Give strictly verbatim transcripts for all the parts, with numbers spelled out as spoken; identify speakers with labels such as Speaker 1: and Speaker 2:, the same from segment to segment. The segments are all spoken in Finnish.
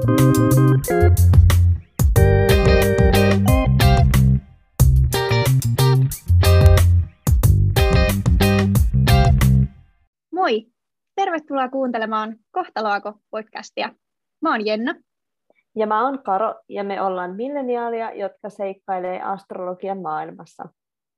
Speaker 1: Moi! Tervetuloa kuuntelemaan Kohtaloako-podcastia. Mä oon Jenna.
Speaker 2: Ja mä oon Karo, ja me ollaan milleniaalia, jotka seikkailee astrologian maailmassa.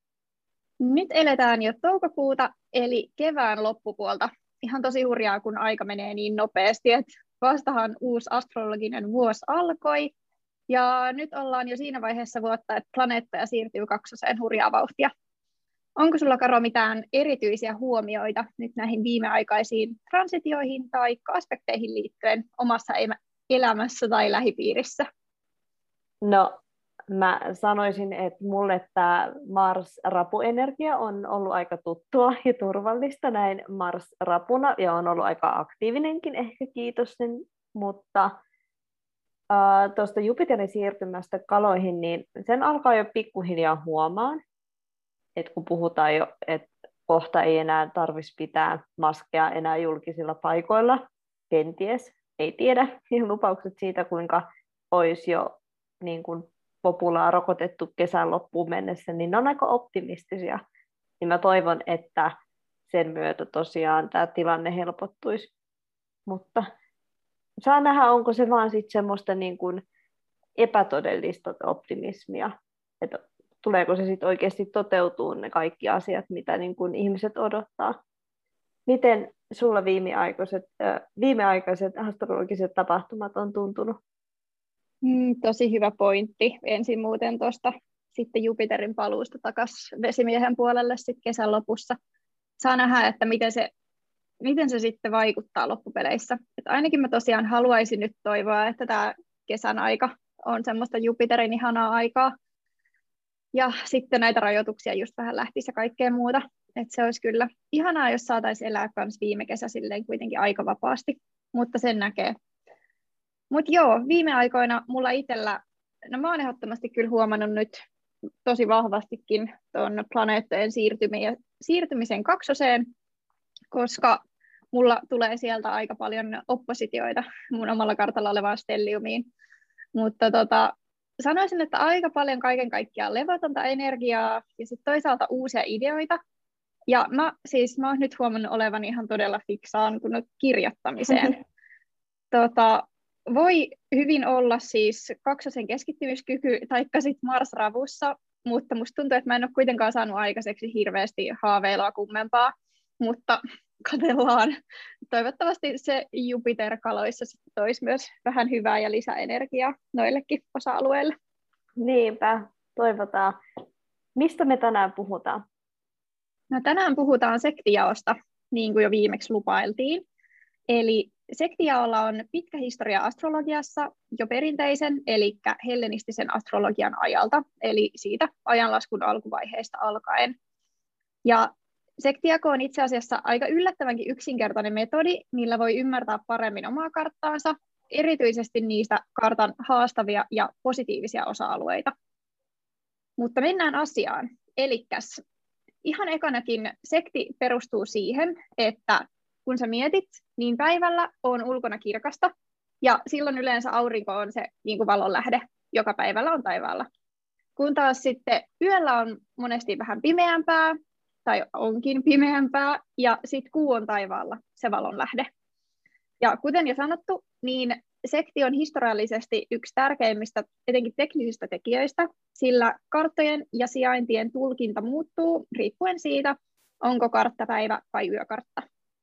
Speaker 1: Nyt eletään jo toukokuuta, eli kevään loppupuolta. Ihan tosi hurjaa, kun aika menee niin nopeasti, että vastahan uusi astrologinen vuosi alkoi. Ja nyt ollaan jo siinä vaiheessa vuotta, että planeettoja siirtyy kaksoseen hurjaa vauhtia. Onko sulla, Karo, mitään erityisiä huomioita nyt näihin viimeaikaisiin transitioihin tai aspekteihin liittyen omassa elämässä tai lähipiirissä?
Speaker 2: No, mä sanoisin, että mulle tämä Mars-rapuenergia on ollut aika tuttua ja turvallista näin Mars-rapuna, ja on ollut aika aktiivinenkin ehkä, kiitos sen, mutta äh, tuosta Jupiterin siirtymästä kaloihin, niin sen alkaa jo pikkuhiljaa huomaan, että kun puhutaan jo, että kohta ei enää tarvitsisi pitää maskeja enää julkisilla paikoilla, kenties, ei tiedä, ja lupaukset siitä, kuinka olisi jo niin kuin populaa rokotettu kesän loppuun mennessä, niin ne on aika optimistisia. Niin mä toivon, että sen myötä tosiaan tämä tilanne helpottuisi. Mutta saa nähdä, onko se vaan sitten semmoista niin kuin epätodellista optimismia, että tuleeko se sitten oikeasti toteutuu ne kaikki asiat, mitä niin kuin ihmiset odottaa. Miten sulla viimeaikaiset, äh, viimeaikaiset astrologiset tapahtumat on tuntunut?
Speaker 1: Mm, tosi hyvä pointti. Ensin muuten tuosta sitten Jupiterin paluusta takaisin vesimiehen puolelle sitten kesän lopussa. Saa nähdä, että miten se, miten se sitten vaikuttaa loppupeleissä. Et ainakin mä tosiaan haluaisin nyt toivoa, että tämä kesän aika on semmoista Jupiterin ihanaa aikaa. Ja sitten näitä rajoituksia just vähän lähtisi ja kaikkea muuta. Että se olisi kyllä ihanaa, jos saataisiin elää myös viime kesä silleen kuitenkin aika vapaasti. Mutta sen näkee. Mutta joo, viime aikoina mulla itsellä, no mä oon ehdottomasti kyllä huomannut nyt tosi vahvastikin tuon planeettojen siirtymisen kaksoseen, koska mulla tulee sieltä aika paljon oppositioita mun omalla kartalla olevaan stelliumiin. Mutta tota, sanoisin, että aika paljon kaiken kaikkiaan levotonta energiaa ja sitten toisaalta uusia ideoita. Ja mä siis mä oon nyt huomannut olevan ihan todella fiksaantunut kirjoittamiseen. tota, voi hyvin olla siis kaksosen keskittymiskyky taikka sitten Mars-ravussa, mutta musta tuntuu, että mä en ole kuitenkaan saanut aikaiseksi hirveästi haaveilua kummempaa, mutta katsellaan. Toivottavasti se Jupiter-kaloissa sitten toisi myös vähän hyvää ja lisäenergiaa noillekin osa-alueille.
Speaker 2: Niinpä, toivotaan. Mistä me tänään puhutaan?
Speaker 1: No, tänään puhutaan sektijaosta, niin kuin jo viimeksi lupailtiin. Eli sektijaolla on pitkä historia astrologiassa jo perinteisen, eli hellenistisen astrologian ajalta, eli siitä ajanlaskun alkuvaiheesta alkaen. Ja sektijako on itse asiassa aika yllättävänkin yksinkertainen metodi, millä voi ymmärtää paremmin omaa karttaansa, erityisesti niistä kartan haastavia ja positiivisia osa-alueita. Mutta mennään asiaan. Elikkäs ihan ekanakin sekti perustuu siihen, että kun sä mietit, niin päivällä on ulkona kirkasta, ja silloin yleensä aurinko on se niin kuin valon lähde, joka päivällä on taivaalla. Kun taas sitten yöllä on monesti vähän pimeämpää, tai onkin pimeämpää, ja sitten kuu on taivaalla, se valon lähde. Ja kuten jo sanottu, niin sekti on historiallisesti yksi tärkeimmistä, etenkin teknisistä tekijöistä, sillä karttojen ja sijaintien tulkinta muuttuu riippuen siitä, onko kartta päivä- vai yökartta.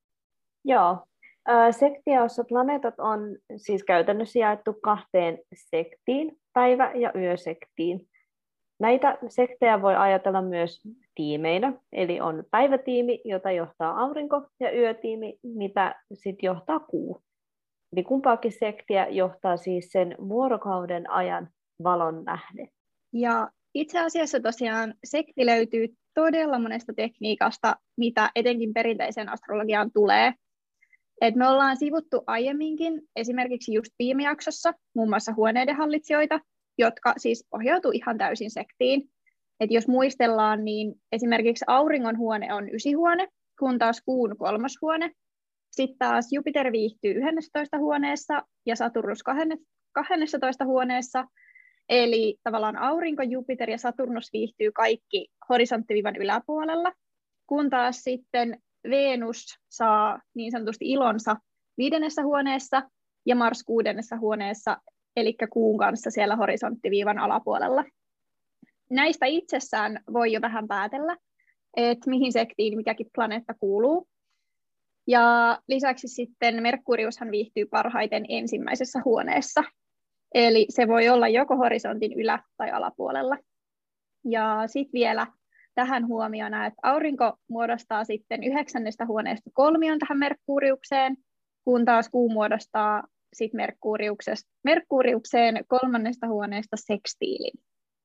Speaker 2: Joo. Sektijaossa planeetat on siis käytännössä jaettu kahteen sektiin, päivä- ja yösektiin. Näitä sektejä voi ajatella myös tiimeinä, eli on päivätiimi, jota johtaa aurinko, ja yötiimi, mitä sitten johtaa kuu. Eli kumpaakin sektiä johtaa siis sen vuorokauden ajan valon lähde.
Speaker 1: Ja itse asiassa tosiaan sekti löytyy todella monesta tekniikasta, mitä etenkin perinteiseen astrologiaan tulee. Et me ollaan sivuttu aiemminkin, esimerkiksi just viime jaksossa, muun muassa huoneiden hallitsijoita, jotka siis ohjautuu ihan täysin sektiin. Et jos muistellaan, niin esimerkiksi auringon huone on ysihuone, kun taas kuun kolmas huone. Sitten taas Jupiter viihtyy yhdessätoista huoneessa ja Saturnus kahdessatoista huoneessa. Eli tavallaan aurinko, Jupiter ja Saturnus viihtyy kaikki horisonttiviivan yläpuolella, kun taas sitten Venus saa niin sanotusti ilonsa viidennessä huoneessa ja Mars kuudennessa huoneessa, eli kuun kanssa siellä horisonttiviivan alapuolella. Näistä itsessään voi jo vähän päätellä, että mihin sektiin mikäkin planeetta kuuluu. Ja lisäksi sitten Merkuriushan viihtyy parhaiten ensimmäisessä huoneessa. Eli se voi olla joko horisontin ylä- tai alapuolella. Ja sitten vielä tähän huomiona, että aurinko muodostaa sitten yhdeksännestä huoneesta kolmion tähän Merkuriukseen, kun taas kuu muodostaa sitten Merkuriukseen kolmannesta huoneesta sekstiilin.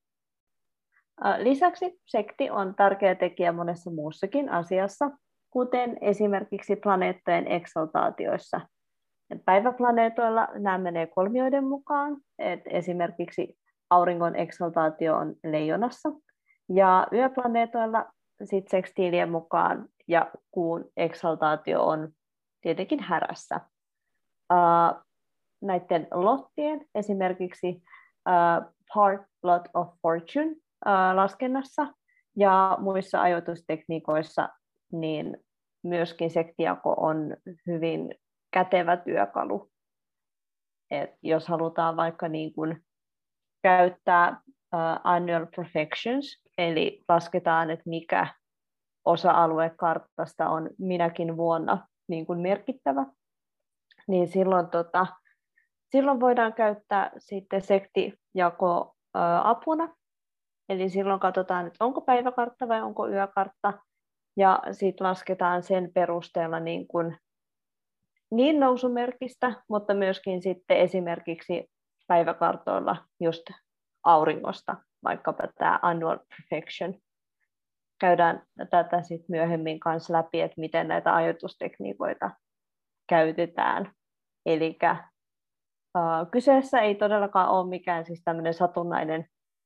Speaker 2: Lisäksi sekti on tärkeä tekijä monessa muussakin asiassa, kuten esimerkiksi planeettojen eksaltaatioissa. Päiväplaneetoilla nämä menee kolmioiden mukaan, että esimerkiksi auringon eksaltaatio on leijonassa, ja yöplaneetoilla sit sekstiilien mukaan ja kuun eksaltaatio on tietenkin härässä. Uh, näiden lottien, esimerkiksi uh, Part Lot of Fortune uh, laskennassa ja muissa ajoitustekniikoissa, niin myöskin sektijako on hyvin kätevä työkalu. Et jos halutaan vaikka niin kun käyttää uh, annual perfections, eli lasketaan, että mikä osa-alue kartasta on minäkin vuonna niin kun merkittävä, niin silloin, tota, silloin voidaan käyttää sitten sektijako uh, apuna. Eli silloin katsotaan, että onko päiväkartta vai onko yökartta, ja sitten lasketaan sen perusteella niin kun niin nousumerkistä, mutta myöskin sitten esimerkiksi päiväkartoilla just auringosta, vaikkapa tämä annual perfection. Käydään tätä sitten myöhemmin kanssa läpi, että miten näitä ajoitustekniikoita käytetään. Eli uh, kyseessä ei todellakaan ole mikään siis tämmöinen satunnainen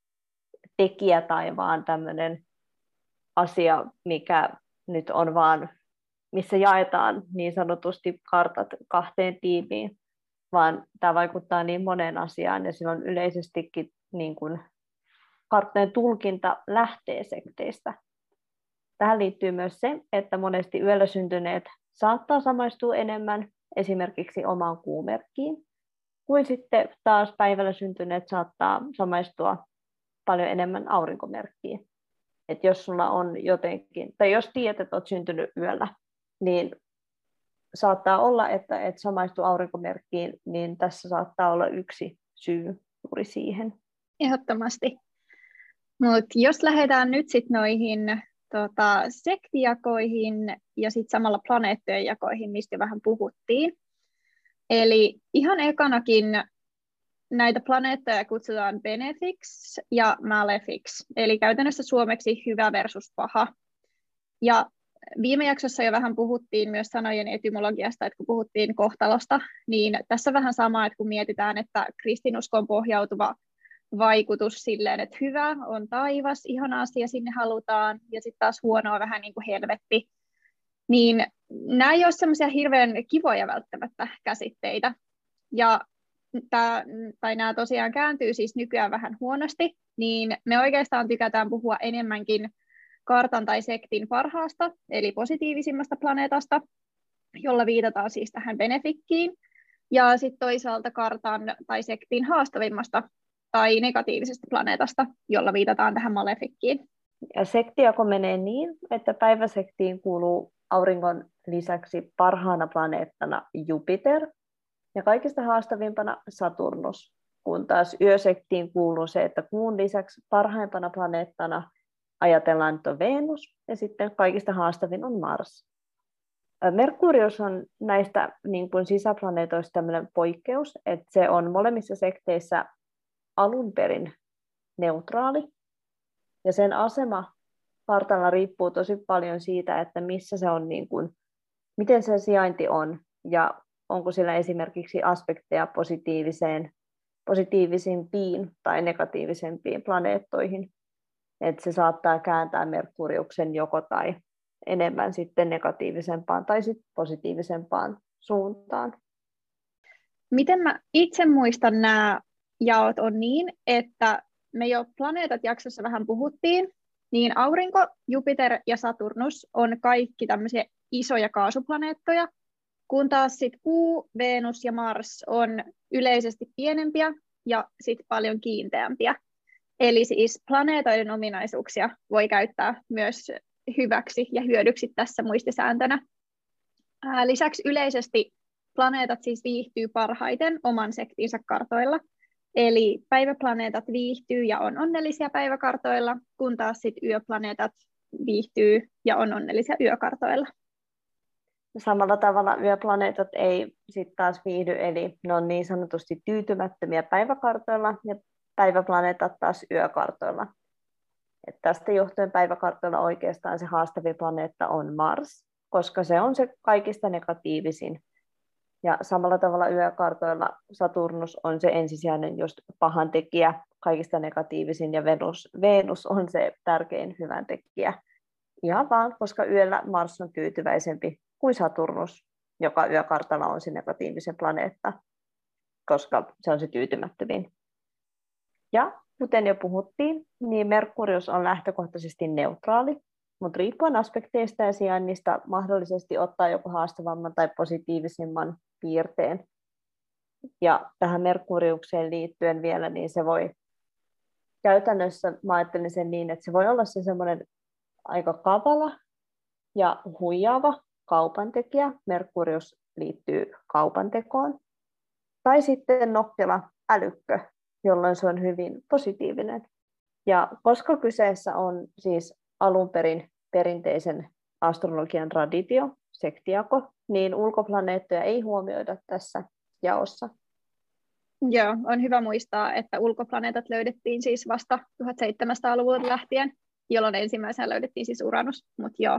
Speaker 2: tekijä tai vaan tämmöinen asia, mikä nyt on vaan missä jaetaan niin sanotusti kartat kahteen tiimiin, vaan tämä vaikuttaa niin moneen asiaan ja silloin yleisestikin niin kuin karttojen tulkinta lähtee sekteistä. Tähän liittyy myös se, että monesti yöllä syntyneet saattaa samaistua enemmän esimerkiksi omaan kuumerkkiin, kuin sitten taas päivällä syntyneet saattaa samaistua paljon enemmän aurinkomerkkiin. Et jos sulla on jotenkin, tai jos tiedät, että olet syntynyt yöllä, niin saattaa olla, että et samaistuu aurinkomerkkiin, niin tässä saattaa olla yksi syy juuri siihen.
Speaker 1: Ehdottomasti. Mut jos lähdetään nyt sit noihin tota, sektijakoihin ja sitten samalla planeettojen jakoihin, mistä vähän puhuttiin. Eli ihan ekanakin näitä planeettoja kutsutaan benefics ja malefics, eli käytännössä suomeksi hyvä versus paha. Ja viime jaksossa jo vähän puhuttiin myös sanojen etymologiasta, että kun puhuttiin kohtalosta, niin tässä vähän sama, että kun mietitään, että kristinuskoon pohjautuva vaikutus silleen, että hyvä on taivas, ihana asia, sinne halutaan, ja sitten taas huono on vähän niin kuin helvetti, niin nämä ei ole semmoisia hirveän kivoja välttämättä käsitteitä. Ja tää, tai nämä tosiaan kääntyy siis nykyään vähän huonosti, niin me oikeastaan tykätään puhua enemmänkin kartan tai sektin parhaasta, eli positiivisimmasta planeetasta, jolla viitataan siis tähän benefikkiin, ja sitten toisaalta kartan tai sektin haastavimmasta tai negatiivisesta planeetasta, jolla viitataan tähän malefikkiin.
Speaker 2: Ja sektijako menee niin, että päiväsektiin kuuluu auringon lisäksi parhaana planeettana Jupiter ja kaikista haastavimpana Saturnus, kun taas yösektiin kuuluu se, että kuun lisäksi parhaimpana planeettana ajatellaan, että on Venus ja sitten kaikista haastavin on Mars. Merkurius on näistä niin kuin sisäplaneetoista tämmöinen poikkeus, että se on molemmissa sekteissä alun perin neutraali ja sen asema kartalla riippuu tosi paljon siitä, että missä se on, niin kuin, miten se sijainti on ja onko sillä esimerkiksi aspekteja positiiviseen, positiivisimpiin tai negatiivisempiin planeettoihin. Että se saattaa kääntää Merkuriuksen joko tai enemmän sitten negatiivisempaan tai sitten positiivisempaan suuntaan.
Speaker 1: Miten mä itse muistan nämä jaot on niin, että me jo planeetat-jaksossa vähän puhuttiin, niin Aurinko, Jupiter ja Saturnus on kaikki tämmöisiä isoja kaasuplaneettoja, kun taas sitten Kuu, Venus ja Mars on yleisesti pienempiä ja sitten paljon kiinteämpiä. Eli siis planeetoiden ominaisuuksia voi käyttää myös hyväksi ja hyödyksi tässä muistisääntönä. Lisäksi yleisesti planeetat siis viihtyy parhaiten oman sektinsä kartoilla. Eli päiväplaneetat viihtyy ja on onnellisia päiväkartoilla, kun taas sit yöplaneetat viihtyy ja on onnellisia yökartoilla.
Speaker 2: Samalla tavalla yöplaneetat ei sitten taas viihdy, eli ne on niin sanotusti tyytymättömiä päiväkartoilla ja päiväplaneetat taas yökartoilla. Et tästä johtuen päiväkartoilla oikeastaan se haastavin planeetta on Mars, koska se on se kaikista negatiivisin. Ja samalla tavalla yökartoilla Saturnus on se ensisijainen just pahan tekijä, kaikista negatiivisin, ja Venus, Venus on se tärkein hyvän tekijä. Ihan vaan, koska yöllä Mars on tyytyväisempi kuin Saturnus, joka yökartalla on se negatiivisen planeetta, koska se on se tyytymättömin. Ja kuten jo puhuttiin, niin Merkurius on lähtökohtaisesti neutraali, mutta riippuen aspekteista ja sijainnista mahdollisesti ottaa joko haastavamman tai positiivisimman piirteen. Ja tähän Merkuriukseen liittyen vielä, niin se voi käytännössä, mä ajattelin sen niin, että se voi olla se semmoinen aika kavala ja huijaava kaupantekijä. Merkurius liittyy kaupantekoon. Tai sitten nokkela älykkö, jolloin se on hyvin positiivinen. Ja koska kyseessä on siis alun perin perinteisen astrologian traditio, sektiako, niin ulkoplaneettoja ei huomioida tässä jaossa.
Speaker 1: Joo, on hyvä muistaa, että ulkoplaneetat löydettiin siis vasta tuhatseitsemänsataaluvulta lähtien, jolloin ensimmäisenä löydettiin siis Uranus, mutta joo.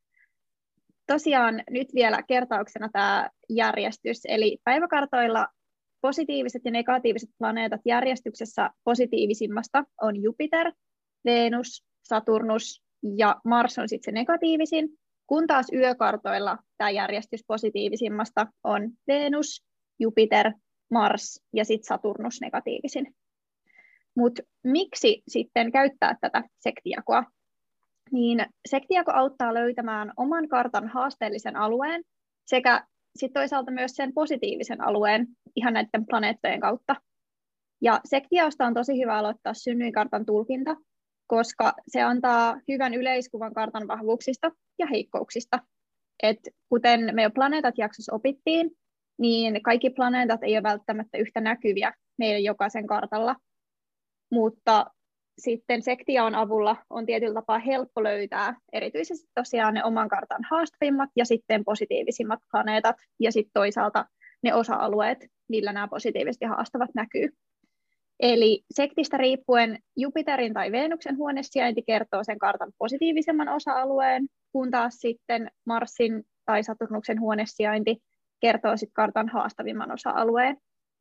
Speaker 1: Tosiaan nyt vielä kertauksena tämä järjestys, eli päiväkartoilla positiiviset ja negatiiviset planeetat järjestyksessä positiivisimmasta on Jupiter, Venus, Saturnus ja Mars on sitten se negatiivisin, kun taas yökartoilla tämä järjestys positiivisimmasta on Venus, Jupiter, Mars ja sitten Saturnus negatiivisin. Mutta miksi sitten käyttää tätä sektijakoa? Niin sektijako auttaa löytämään oman kartan haasteellisen alueen sekä sitten toisaalta myös sen positiivisen alueen ihan näiden planeettojen kautta. Ja sektijaosta on tosi hyvä aloittaa synnyinkartan tulkinta, koska se antaa hyvän yleiskuvan kartan vahvuuksista ja heikkouksista. Et kuten me jo planeetat-jaksossa opittiin, niin kaikki planeetat ei ole välttämättä yhtä näkyviä meidän jokaisen kartalla, mutta sitten sektijaon avulla on tietyllä tapaa helppo löytää erityisesti tosiaan ne oman kartan haastavimmat ja sitten positiivisimmat planeetat ja sitten toisaalta ne osa-alueet, millä nämä positiivisesti haastavat näkyy. Eli sektistä riippuen Jupiterin tai Venuksen huonesijainti kertoo sen kartan positiivisemman osa-alueen, kun taas sitten Marsin tai Saturnuksen huonesijainti kertoo sitten kartan haastavimman osa-alueen.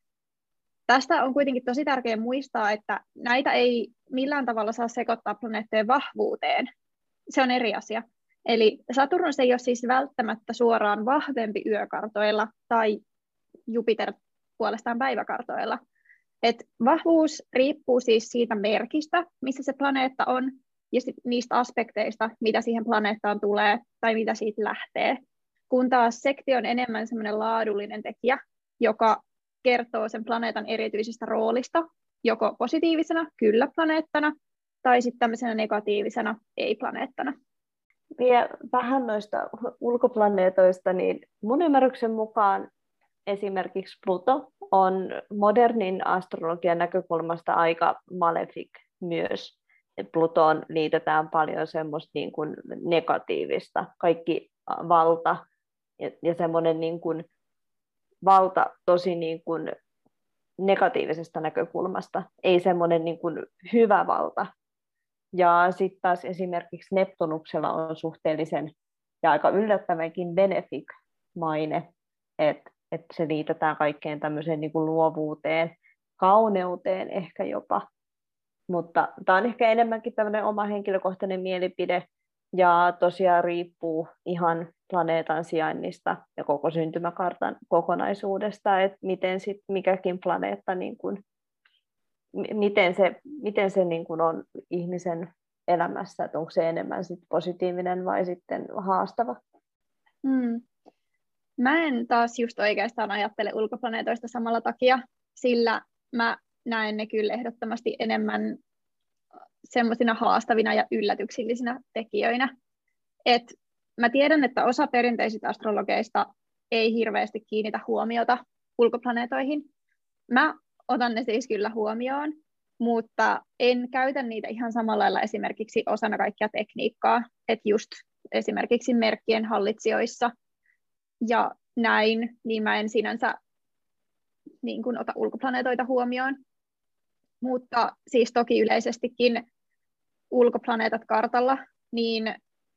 Speaker 1: Tästä on kuitenkin tosi tärkeää muistaa, että näitä ei millään tavalla saa sekoittaa planeettojen vahvuuteen. Se on eri asia. Eli Saturnus ei ole siis välttämättä suoraan vahvempi yökartoilla tai Jupiter puolestaan päiväkartoilla. Et vahvuus riippuu siis siitä merkistä, missä se planeetta on, ja sit niistä aspekteista, mitä siihen planeettaan tulee tai mitä siitä lähtee. Kun taas sekti on enemmän semmoinen laadullinen tekijä, joka kertoo sen planeetan erityisestä roolista, joko positiivisena kyllä-planeettana tai sitten tämmöisenä negatiivisena ei-planeettana.
Speaker 2: Vielä vähän noista ulkoplaneetoista, niin mun ymmärryksen mukaan esimerkiksi Pluto on modernin astrologian näkökulmasta aika malefic myös. Plutoon liitetään paljon semmoista niin kuin negatiivista, kaikki valta ja, ja semmoinen niin kuin valta tosi niin kuin negatiivisesta näkökulmasta, ei semmoinen niin kuin hyvä valta. Ja sitten taas esimerkiksi Neptunuksella on suhteellisen ja aika yllättävänkin benefic maine, että et se liitetään kaikkeen tämmöiseen niin kuin luovuuteen, kauneuteen ehkä jopa. Mutta tämä on ehkä enemmänkin tämmöinen oma henkilökohtainen mielipide, Ja tosiaan riippuu ihan planeetan sijainnista ja koko syntymäkartan kokonaisuudesta, että miten sit mikäkin planeetta, niin kun, miten se, miten se niin kun on ihmisen elämässä, että onko se enemmän sit positiivinen vai sitten haastava.
Speaker 1: Hmm. Mä en taas just oikeastaan ajattele ulkoplaneetoista samalla takia, sillä mä näen ne kyllä ehdottomasti enemmän semmoisina haastavina ja yllätyksillisinä tekijöinä. Et mä tiedän, että osa perinteisistä astrologeista ei hirveästi kiinnitä huomiota ulkoplaneetoihin. Mä otan ne siis kyllä huomioon, mutta en käytä niitä ihan samalla lailla esimerkiksi osana kaikkia tekniikkaa, että just esimerkiksi merkkien hallitsijoissa ja näin, niin mä en sinänsä niin kuin ota ulkoplaneetoita huomioon. Mutta siis toki yleisestikin ulkoplaneetat kartalla, niin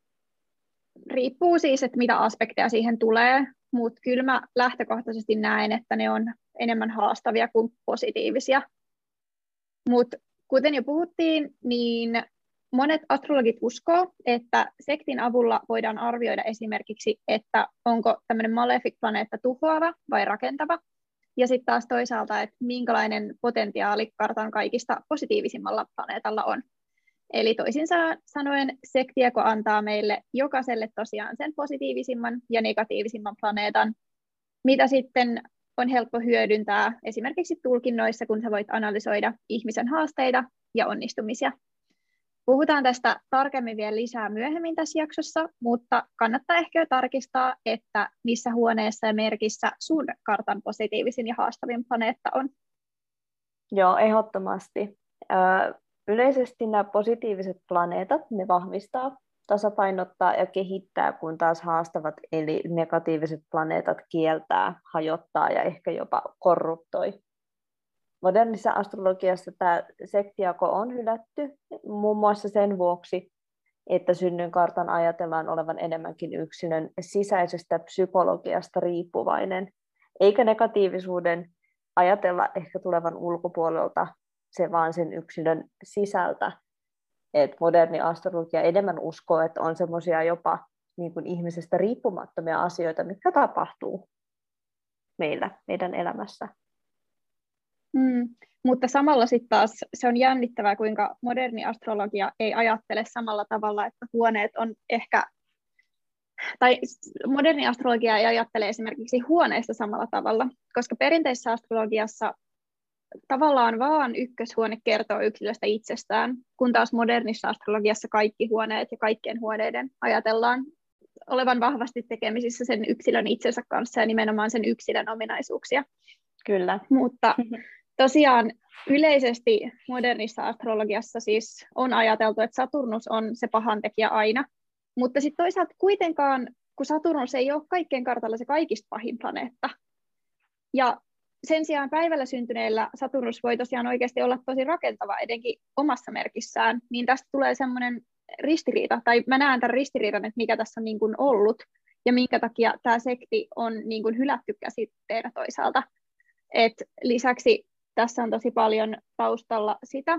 Speaker 1: riippuu siis, että mitä aspekteja siihen tulee, mutta kyllä mä lähtökohtaisesti näen, että ne on enemmän haastavia kuin positiivisia. Mutta kuten jo puhuttiin, niin monet astrologit uskoo, että sektin avulla voidaan arvioida esimerkiksi, että onko tämmöinen malefic-planeetta tuhoava vai rakentava, ja sitten taas toisaalta, että minkälainen potentiaali kartan kaikista positiivisimmalla planeetalla on. Eli toisin sanoen sektieko antaa meille jokaiselle tosiaan sen positiivisimman ja negatiivisimman planeetan, mitä sitten on helppo hyödyntää esimerkiksi tulkinnoissa, kun sä voit analysoida ihmisen haasteita ja onnistumisia. Puhutaan tästä tarkemmin vielä lisää myöhemmin tässä jaksossa, mutta kannattaa ehkä jo tarkistaa, että missä huoneessa ja merkissä sun kartan positiivisin ja haastavin planeetta on.
Speaker 2: Joo, ehdottomasti. Yleisesti nämä positiiviset planeetat, ne vahvistaa, tasapainottaa ja kehittää, kun taas haastavat eli negatiiviset planeetat kieltää, hajottaa ja ehkä jopa korruptoi. Modernissa astrologiassa tämä sektijako on hylätty muun muassa sen vuoksi, että synnynkartan ajatellaan olevan enemmänkin yksilön sisäisestä psykologiasta riippuvainen, eikä negatiivisuuden ajatella ehkä tulevan ulkopuolelta, se vaan sen yksilön sisältä. Et moderni astrologia enemmän uskoo, että on semmoisia jopa niin kuin ihmisestä riippumattomia asioita, mitkä tapahtuu meillä, meidän elämässä.
Speaker 1: Mm, mutta samalla sitten taas se on jännittävää, kuinka moderni astrologia ei ajattele samalla tavalla, että huoneet on ehkä, tai moderni astrologia ei ajattele esimerkiksi huoneista samalla tavalla, koska perinteisessä astrologiassa tavallaan vaan ykköshuone kertoo yksilöstä itsestään, kun taas modernissa astrologiassa kaikki huoneet ja kaikkien huoneiden ajatellaan olevan vahvasti tekemisissä sen yksilön itsensä kanssa ja nimenomaan sen yksilön ominaisuuksia.
Speaker 2: Kyllä.
Speaker 1: Mutta tosiaan yleisesti modernissa astrologiassa siis on ajateltu, että Saturnus on se pahantekijä aina, mutta sitten toisaalta kuitenkaan, kun Saturnus ei ole kaikkien kartalla se kaikista pahin planeetta. Ja sen sijaan päivällä syntyneellä Saturnus voi tosiaan oikeasti olla tosi rakentava, etenkin omassa merkissään, niin tästä tulee semmoinen ristiriita, tai mä näen tämän ristiriidan, että mikä tässä on niin kuin ollut, ja minkä takia tämä sekti on niin kuin hylätty käsitteenä toisaalta. Et lisäksi tässä on tosi paljon taustalla sitä,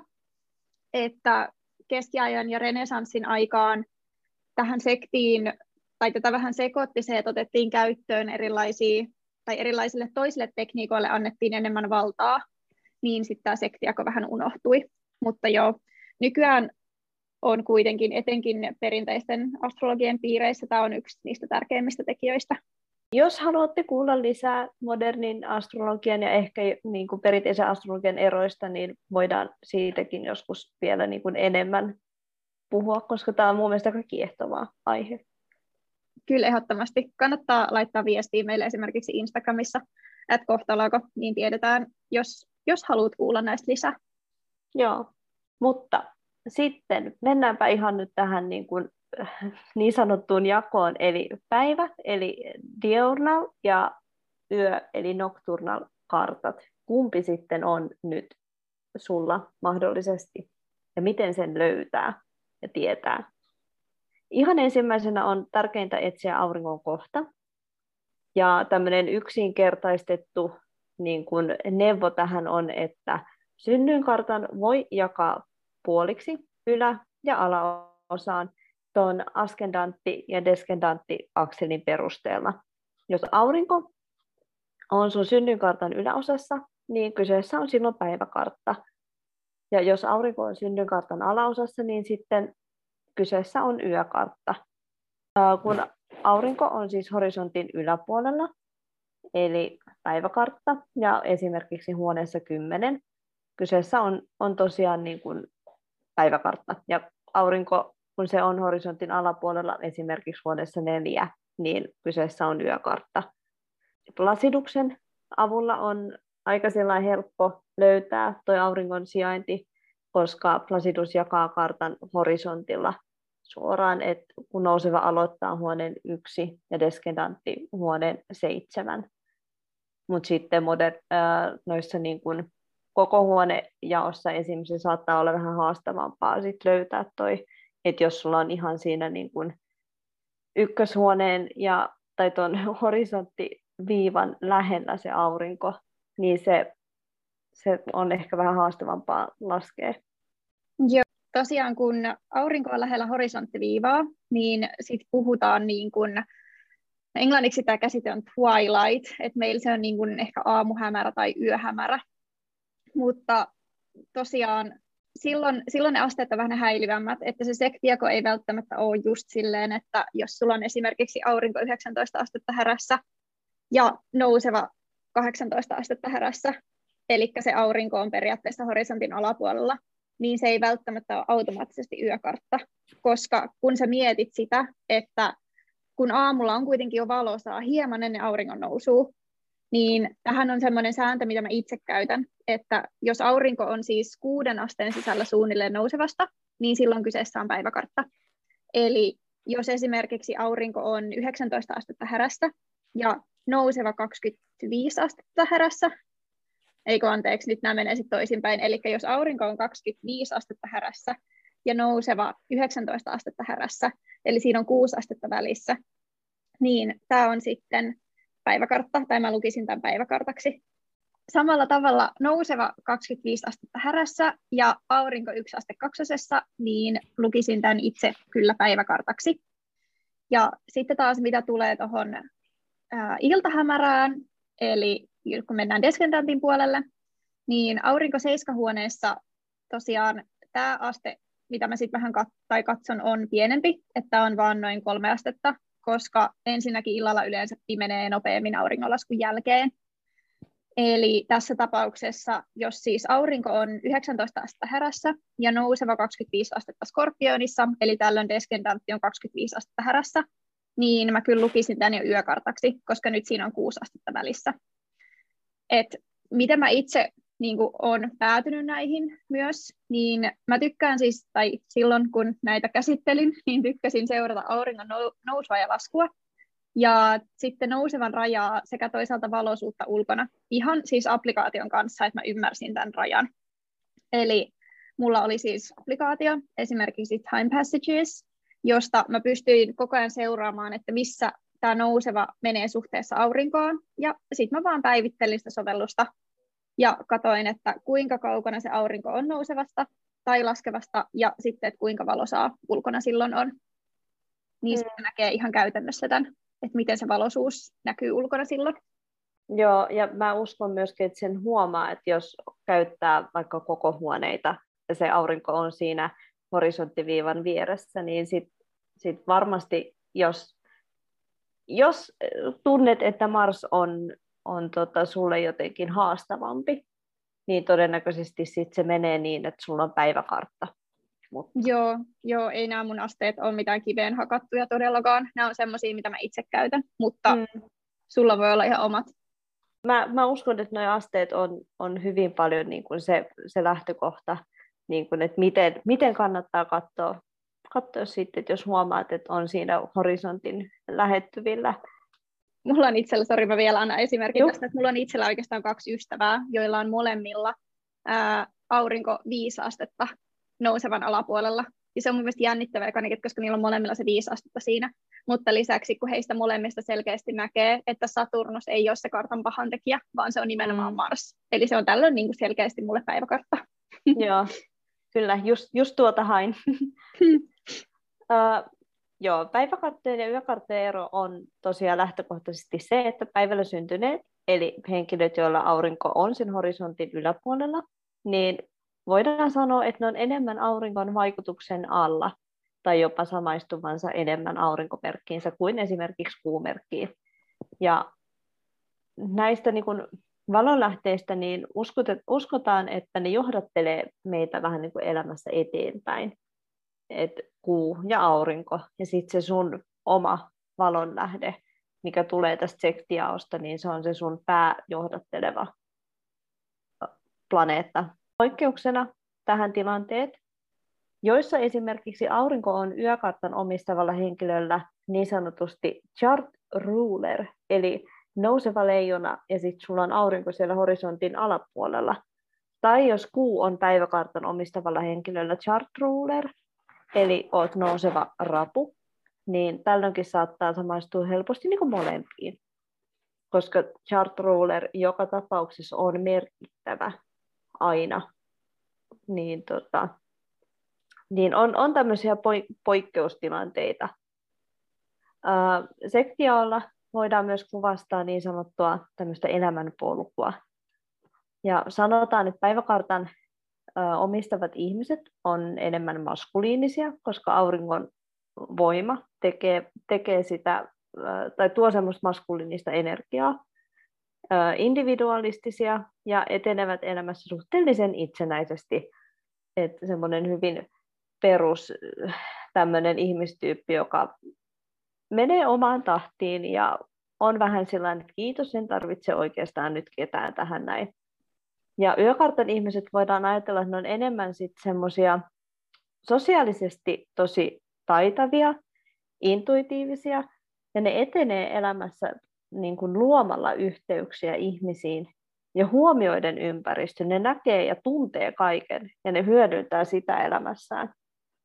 Speaker 1: että keskiajan ja renesanssin aikaan tähän sektiin, tai tätä vähän sekoitti se, että otettiin käyttöön erilaisia, tai erilaisille toisille tekniikoille annettiin enemmän valtaa, niin sitten tämä sektiako vähän unohtui. Mutta joo, nykyään on kuitenkin etenkin perinteisten astrologien piireissä tämä on yksi niistä tärkeimmistä tekijöistä.
Speaker 2: Jos haluatte kuulla lisää modernin astrologian ja ehkä niin kuin perinteisen astrologian eroista, niin voidaan siitäkin joskus vielä niin kuin enemmän puhua, koska tämä on mun mielestä aika kiehtova aihe.
Speaker 1: Kyllä ehdottomasti. Kannattaa laittaa viestiä meille esimerkiksi Instagramissa, että kohtalaako, niin tiedetään, jos, jos haluat kuulla näistä lisää.
Speaker 2: Joo, mutta sitten mennäänpä ihan nyt tähän niin kuin niin sanottuun jakoon, eli päivä, eli diurnal, ja yö, eli nocturnal kartat. Kumpi sitten on nyt sulla mahdollisesti, ja miten sen löytää ja tietää? Ihan ensimmäisenä on tärkeintä etsiä auringon kohta, ja tämmöinen yksinkertaistettu niin kuin neuvo tähän on, että synnynkartan voi jakaa puoliksi ylä- ja alaosaan, tuon ascendantti- ja descendantti-akselin perusteella. Jos aurinko on sun synnynkartan yläosassa, niin kyseessä on silloin päiväkartta. Ja jos aurinko on synnynkartan alaosassa, niin sitten kyseessä on yökartta. Kun aurinko on siis horisontin yläpuolella, eli päiväkartta, ja esimerkiksi huoneessa kymmenen, kyseessä on, on tosiaan niin kuin päiväkartta. Ja aurinko, kun se on horisontin alapuolella, esimerkiksi huoneessa neljä, niin kyseessä on yökartta. Placiduksen avulla on aika helppo löytää tuo auringon sijainti, koska Placidus jakaa kartan horisontilla suoraan, että kun nouseva aloittaa huoneen yksi ja descendantti huoneen seitsemän. Mutta sitten moder, äh, noissa niin kun koko huonejaossa esimerkiksi saattaa olla vähän haastavampaa sit löytää toi, että jos sulla on ihan siinä niin kun ykköshuoneen ja, tai tuon horisonttiviivan lähellä se aurinko, niin se, se on ehkä vähän haastavampaa laskea.
Speaker 1: Joo, tosiaan kun aurinko on lähellä horisonttiviivaa, niin sitten puhutaan niin kuin, englanniksi tämä käsite on twilight, että meillä se on niin kuin ehkä aamuhämärä tai yöhämärä, mutta tosiaan silloin, silloin ne asteet on vähän häilyvämmät, että se sektiako ei välttämättä ole just silleen, että jos sulla on esimerkiksi aurinko yhdeksäntoista astetta härässä ja nouseva kahdeksantoista astetta härässä, eli se aurinko on periaatteessa horisontin alapuolella, niin se ei välttämättä ole automaattisesti yökartta, koska kun sä mietit sitä, että kun aamulla on kuitenkin jo valosaa hieman ennen auringon nousua, niin tähän on semmoinen sääntö, mitä mä itse käytän, että jos aurinko on siis kuuden asteen sisällä suunnilleen nousevasta, niin silloin kyseessä on päiväkartta. Eli jos esimerkiksi aurinko on yhdeksäntoista astetta härässä ja nouseva kaksikymmentäviisi astetta härässä, eikö anteeksi, nyt nämä menee sitten toisinpäin, eli jos aurinko on kaksikymmentäviisi astetta härässä ja nouseva yhdeksäntoista astetta härässä, eli siinä on kuusi astetta välissä, niin tämä on sitten päiväkartta, tai mä lukisin tämän päiväkartaksi. Samalla tavalla nouseva kaksikymmentäviisi astetta härässä ja aurinko yksi aste kaksosessa, niin lukisin tämän itse kyllä päiväkartaksi. Ja sitten taas mitä tulee tuohon iltahämärään, eli kun mennään descendantin puolelle, niin aurinko seiskahuoneessa tosiaan tämä aste, mitä mä sitten vähän kat- tai katson, on pienempi, että on vaan noin kolme astetta, koska ensinnäkin illalla yleensä pimenee nopeammin auringonlaskun jälkeen. Eli tässä tapauksessa, jos siis aurinko on yhdeksäntoista astetta härässä ja nouseva kaksikymmentäviisi astetta skorpionissa, eli tällöin descendantti on kaksikymmentäviisi astetta härässä, niin mä kyllä lukisin tämän jo yökartaksi, koska nyt siinä on kuusi astetta välissä. Et miten mä itse niin kuin olen päätynyt näihin myös, niin mä tykkään siis, tai silloin kun näitä käsittelin, niin tykkäsin seurata auringon nousua ja laskua, ja sitten nousevan rajaa sekä toisaalta valoisuutta ulkona, ihan siis applikaation kanssa, että mä ymmärsin tämän rajan. Eli mulla oli siis applikaatio, esimerkiksi Time Passages, josta mä pystyin koko ajan seuraamaan, että missä tämä nouseva menee suhteessa aurinkoon, ja sitten mä vaan päivittelin sitä sovellusta, ja katoin, että kuinka kaukana se aurinko on nousevasta tai laskevasta, ja sitten, että kuinka valosaa ulkona silloin on. Niin mm. sitten näkee ihan käytännössä tämän, että miten se valoisuus näkyy ulkona silloin.
Speaker 2: Joo, ja mä uskon myöskin, että sen huomaa, että jos käyttää vaikka koko huoneita, ja se aurinko on siinä horisonttiviivan vieressä, niin sitten sit varmasti, jos, jos tunnet, että Mars on on tota, sulle jotenkin haastavampi, niin todennäköisesti sit se menee niin, että sulla on päiväkartta. Mutta...
Speaker 1: Joo, joo, ei nämä mun asteet ole mitään kiveen hakattuja todellakaan. Nämä on semmoisia, mitä mä itse käytän, mutta mm. sulla voi olla ihan omat.
Speaker 2: Mä, mä uskon, että nuo asteet on, on hyvin paljon niin kuin se, se lähtökohta, niin kuin, että miten, miten kannattaa katsoa, katsoa sitten, että jos huomaat, että on siinä horisontin lähettyvillä.
Speaker 1: Mulla on itsellä, sori mä vielä annan esimerkin Juh. tästä, että mulla on itsellä oikeastaan kaksi ystävää, joilla on molemmilla ää, aurinko viisi astetta nousevan alapuolella. Ja se on mun mielestä jännittävää, koska niillä on molemmilla se viisi astetta siinä. Mutta lisäksi, kun heistä molemmista selkeästi näkee, että Saturnus ei ole se kartan pahantekijä, vaan se on nimenomaan mm. Mars. Eli se on tällöin niin kuin selkeästi mulle päiväkartta.
Speaker 2: Joo, kyllä, just, just tuota hain. uh, Joo, päiväkarttojen ja yökarttojen ero on tosiaan lähtökohtaisesti se, että päivällä syntyneet, eli henkilöt, joilla aurinko on sen horisontin yläpuolella, niin voidaan sanoa, että ne on enemmän auringon vaikutuksen alla tai jopa samaistuvansa enemmän aurinkomerkkiinsä kuin esimerkiksi kuumerkkiin. Ja näistä niin kuin valonlähteistä niin uskotaan, että ne johdattelee meitä vähän niin kuin elämässä eteenpäin. Et kuu ja aurinko ja sitten se sun oma valonlähde, mikä tulee tästä sektiaosta, niin se on se sun pääjohdatteleva planeetta. Poikkeuksena tähän tilanteet, joissa esimerkiksi aurinko on yökartan omistavalla henkilöllä niin sanotusti chart ruler, eli nouseva leijona, ja sitten sulla on aurinko siellä horisontin alapuolella. Tai jos kuu on päiväkartan omistavalla henkilöllä chart ruler, eli olet nouseva rapu, niin tällöinkin saattaa samaistua helposti niin kuin molempiin, koska chart ruler joka tapauksessa on merkittävä aina. Niin, tota, niin on, on tämmöisiä poikkeustilanteita. Ää, sektiolla voidaan myös kuvastaa niin sanottua tämmöistä elämänpolkua. Ja sanotaan, että päiväkartan ää, omistavat ihmiset on enemmän maskuliinisia, koska auringon voima tekee, tekee sitä, ää, tai tuo semmoista maskuliinista energiaa. Ää, individualistisia ja etenevät elämässä suhteellisen itsenäisesti. Että semmoinen hyvin perus tämmöinen ihmistyyppi, joka menee omaan tahtiin ja on vähän sellainen, että kiitos, en tarvitse oikeastaan nyt ketään tähän näin. Ja yökartan ihmiset voidaan ajatella, että ne on enemmän sitten semmoisia sosiaalisesti tosi taitavia, intuitiivisia, ja ne etenee elämässä niin kuin luomalla yhteyksiä ihmisiin ja huomioiden ympäristön. Ne näkee ja tuntee kaiken ja ne hyödyntää sitä elämässään.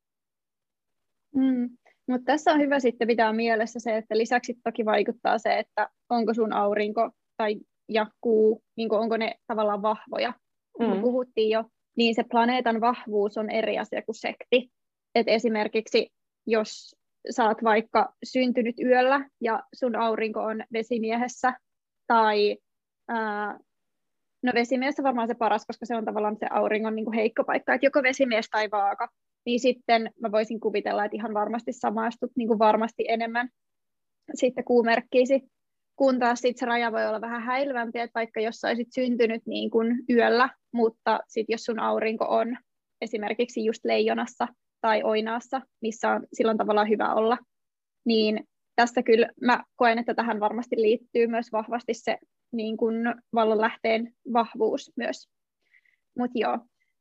Speaker 1: Mm. Mutta tässä on hyvä sitten pitää mielessä se, että lisäksi toki vaikuttaa se, että onko sun aurinko tai ja kuu, niin onko ne tavallaan vahvoja. Mm. Me puhuttiin jo, niin se planeetan vahvuus on eri asia kuin sekti. Et esimerkiksi jos sä oot vaikka syntynyt yöllä ja sun aurinko on vesimiehessä, tai ää, no vesimiehessä varmaan se paras, koska se on tavallaan se auringon niin kuin heikko paikka, että joko vesimies tai vaaka, niin sitten mä voisin kuvitella, että ihan varmasti samaistut niin kuin varmasti enemmän sitten kuumerkkiisi, kun taas sitten se raja voi olla vähän häilyvämpi, että vaikka jos sä olisit syntynyt niin kuin yöllä, mutta sitten jos sun aurinko on esimerkiksi just leijonassa tai oinaassa, missä on silloin tavallaan hyvä olla, niin tässä kyllä mä koen, että tähän varmasti liittyy myös vahvasti se niin kuin valonlähteen vahvuus myös. Mutta joo.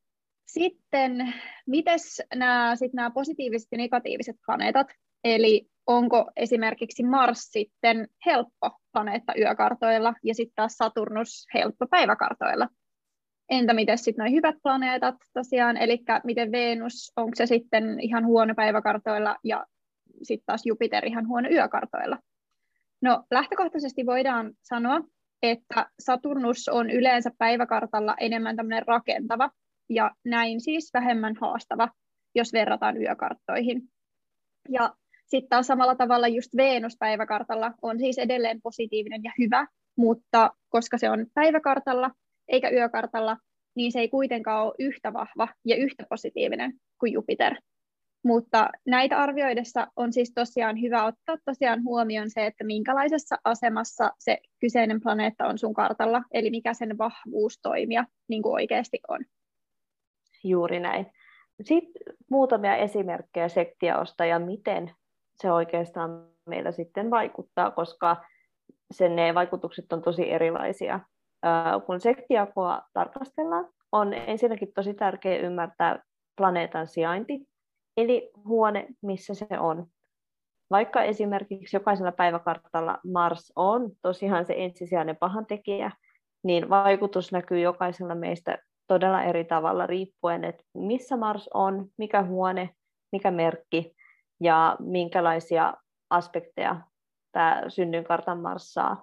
Speaker 1: Sitten, mites nämä, sit nämä positiiviset ja negatiiviset planeetat, eli onko esimerkiksi Mars sitten helppo planeetta yökartoilla ja sitten taas Saturnus helppo päiväkartoilla? Entä miten sitten nuo hyvät planeetat tosiaan, eli miten Venus, onko se sitten ihan huono päiväkartoilla ja sitten taas Jupiter ihan huono yökartoilla? No lähtökohtaisesti voidaan sanoa, että Saturnus on yleensä päiväkartalla enemmän tämmöinen rakentava, ja näin siis vähemmän haastava, jos verrataan yökarttoihin. Ja sitten taas samalla tavalla just Venus päiväkartalla on siis edelleen positiivinen ja hyvä, mutta koska se on päiväkartalla eikä yökartalla, niin se ei kuitenkaan ole yhtä vahva ja yhtä positiivinen kuin Jupiter. Mutta näitä arvioidessa on siis tosiaan hyvä ottaa tosiaan huomioon se, että minkälaisessa asemassa se kyseinen planeetta on sun kartalla, eli mikä sen vahvuus toimia niin kuin oikeasti on.
Speaker 2: Juuri näin. Sitten muutamia esimerkkejä sektiaosta ja miten se oikeastaan meillä sitten vaikuttaa, koska sen ne vaikutukset on tosi erilaisia. Kun sektiakoa tarkastellaan, on ensinnäkin tosi tärkeää ymmärtää planeetan sijainti, eli huone, missä se on. Vaikka esimerkiksi jokaisella päiväkartalla Mars on tosiaan se ensisijainen pahantekijä, niin vaikutus näkyy jokaisella meistä todella eri tavalla riippuen, että missä Mars on, mikä huone, mikä merkki ja minkälaisia aspekteja tämä synnynkartan Mars saa.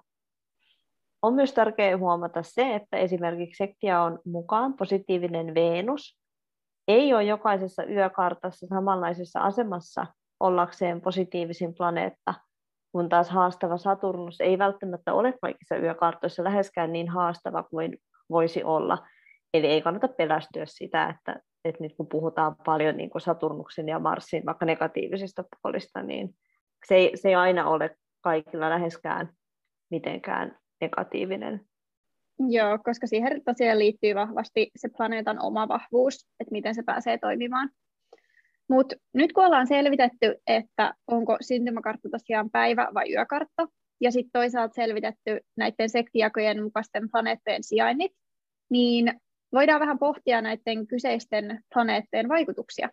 Speaker 2: On myös tärkeää huomata se, että esimerkiksi sektiaon mukaan positiivinen Venus ei ole jokaisessa yökartassa samanlaisessa asemassa ollakseen positiivisin planeetta, kun taas haastava Saturnus ei välttämättä ole kaikissa yökartoissa läheskään niin haastava kuin voisi olla. Eli ei kannata pelästyä sitä, että, että nyt kun puhutaan paljon niin kuin Saturnuksen ja Marsin vaikka negatiivisista puolista, niin se ei, se ei aina ole kaikilla läheskään mitenkään negatiivinen.
Speaker 1: Joo, koska siihen tosiaan liittyy vahvasti se planeetan oma vahvuus, että miten se pääsee toimimaan. Mutta nyt kun ollaan selvitetty, että onko syntymäkartta tosiaan päivä- vai yökartta, ja sitten toisaalta selvitetty näiden sektijakojen mukaisten planeettojen sijainnit, niin voidaan vähän pohtia näiden kyseisten planeettojen vaikutuksia.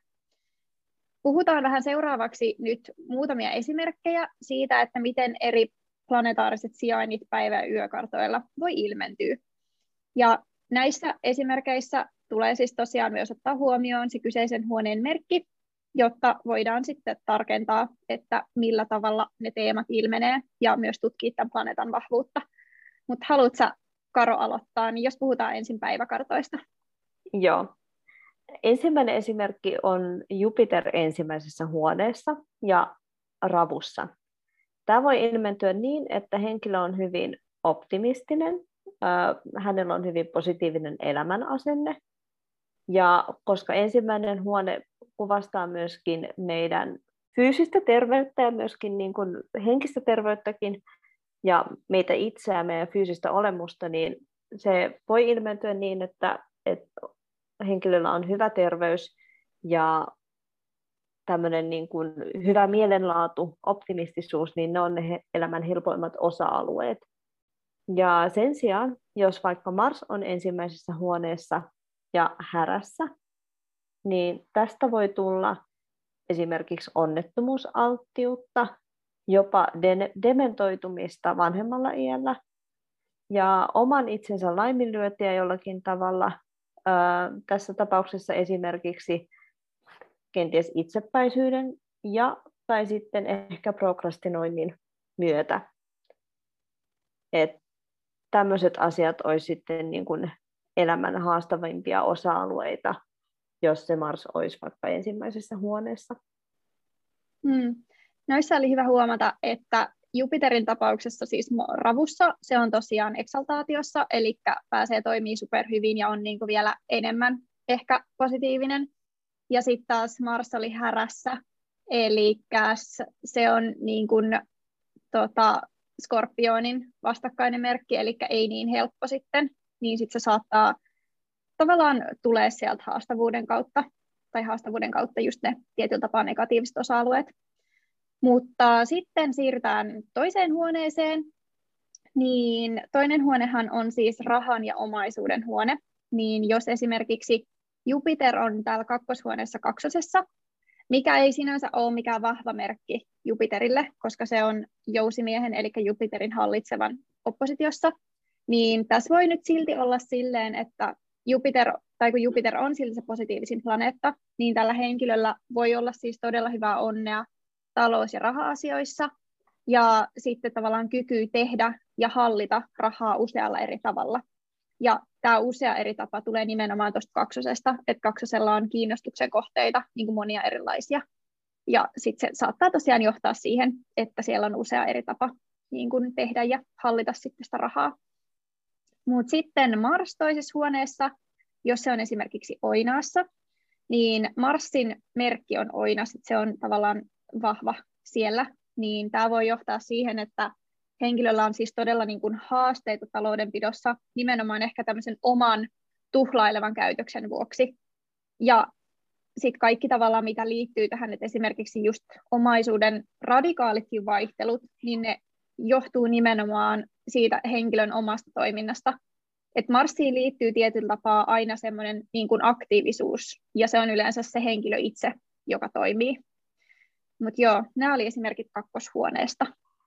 Speaker 1: Puhutaan vähän seuraavaksi nyt muutamia esimerkkejä siitä, että miten eri planetaariset sijainnit päivä- ja yökartoilla voi ilmentyä. Ja näissä esimerkkeissä tulee siis tosiaan myös ottaa huomioon se kyseisen huoneen merkki, jotta voidaan sitten tarkentaa, että millä tavalla ne teemat ilmenee ja myös tutkia tämän planeetan vahvuutta. Mutta haluatko sä, Karo, aloittaa, niin jos puhutaan ensin päiväkartoista.
Speaker 2: Joo. Ensimmäinen esimerkki on Jupiter ensimmäisessä huoneessa ja ravussa. Tämä voi ilmentyä niin, että henkilö on hyvin optimistinen, hänellä on hyvin positiivinen elämänasenne, ja koska ensimmäinen huone kuvastaa myöskin meidän fyysistä terveyttä ja myöskin niin kuin henkistä terveyttäkin ja meitä itseä, meidän fyysistä olemusta, niin se voi ilmentyä niin, että, että henkilöllä on hyvä terveys ja tämmöinen niin kuin hyvä mielenlaatu, optimistisuus, niin ne on ne elämän helpoimmat osa-alueet. Ja sen sijaan, jos vaikka Mars on ensimmäisessä huoneessa ja härässä, niin tästä voi tulla esimerkiksi onnettomuusalttiutta, jopa de- dementoitumista vanhemmalla iällä ja oman itsensä laiminlyötiä jollakin tavalla. Öö, tässä tapauksessa esimerkiksi kenties itsepäisyyden ja tai sitten ehkä prokrastinoinnin myötä. Et tämmöiset asiat olisi sitten niin kuin elämän haastavimpia osa-alueita, jos se Mars olisi vaikka ensimmäisessä huoneessa.
Speaker 1: Hmm. Noissa oli hyvä huomata, että Jupiterin tapauksessa siis ravussa se on tosiaan eksaltaatiossa, eli pääsee toimii superhyvin ja on niin kuin vielä enemmän ehkä positiivinen. Ja sitten taas Mars oli härässä, eli se on niin kuin, tota, Skorpionin vastakkainen merkki, eli ei niin helppo sitten, niin sitten se saattaa tavallaan tulee sieltä haastavuuden kautta, tai haastavuuden kautta just ne tietyllä tapaa negatiiviset osa-alueet. Mutta sitten siirrytään toiseen huoneeseen, niin toinen huonehan on siis rahan ja omaisuuden huone, niin jos esimerkiksi Jupiter on täällä kakkoshuoneessa kaksosessa, mikä ei sinänsä ole mikään vahva merkki Jupiterille, koska se on jousimiehen, eli Jupiterin hallitsevan oppositiossa, niin tässä voi nyt silti olla silleen, että Jupiter, tai kun Jupiter on silti se positiivisin planeetta, niin tällä henkilöllä voi olla siis todella hyvää onnea talous- ja raha-asioissa, ja sitten tavallaan kyky tehdä ja hallita rahaa usealla eri tavalla. Ja tämä usea eri tapa tulee nimenomaan tuosta kaksosesta, että kaksosella on kiinnostuksen kohteita niin kuin monia erilaisia. Ja sitten se saattaa tosiaan johtaa siihen, että siellä on usea eri tapa niin kuin tehdä ja hallita sitten sitä rahaa. Mutta sitten Mars toisessa huoneessa, jos se on esimerkiksi oinaassa, niin Marsin merkki on oinas, että se on tavallaan vahva siellä, niin tämä voi johtaa siihen, että henkilöllä on siis todella niin kuin haasteita taloudenpidossa nimenomaan ehkä tämmöisen oman tuhlailevan käytöksen vuoksi. Ja sitten kaikki tavallaan, mitä liittyy tähän, että esimerkiksi just omaisuuden radikaalitkin vaihtelut, niin ne johtuu nimenomaan siitä henkilön omasta toiminnasta. Et Marsiin liittyy tietyllä tapaa aina semmoinen niin kuin aktiivisuus, ja se on yleensä se henkilö itse, joka toimii. Mutta joo, nämä oli esimerkit kakkoshuoneesta.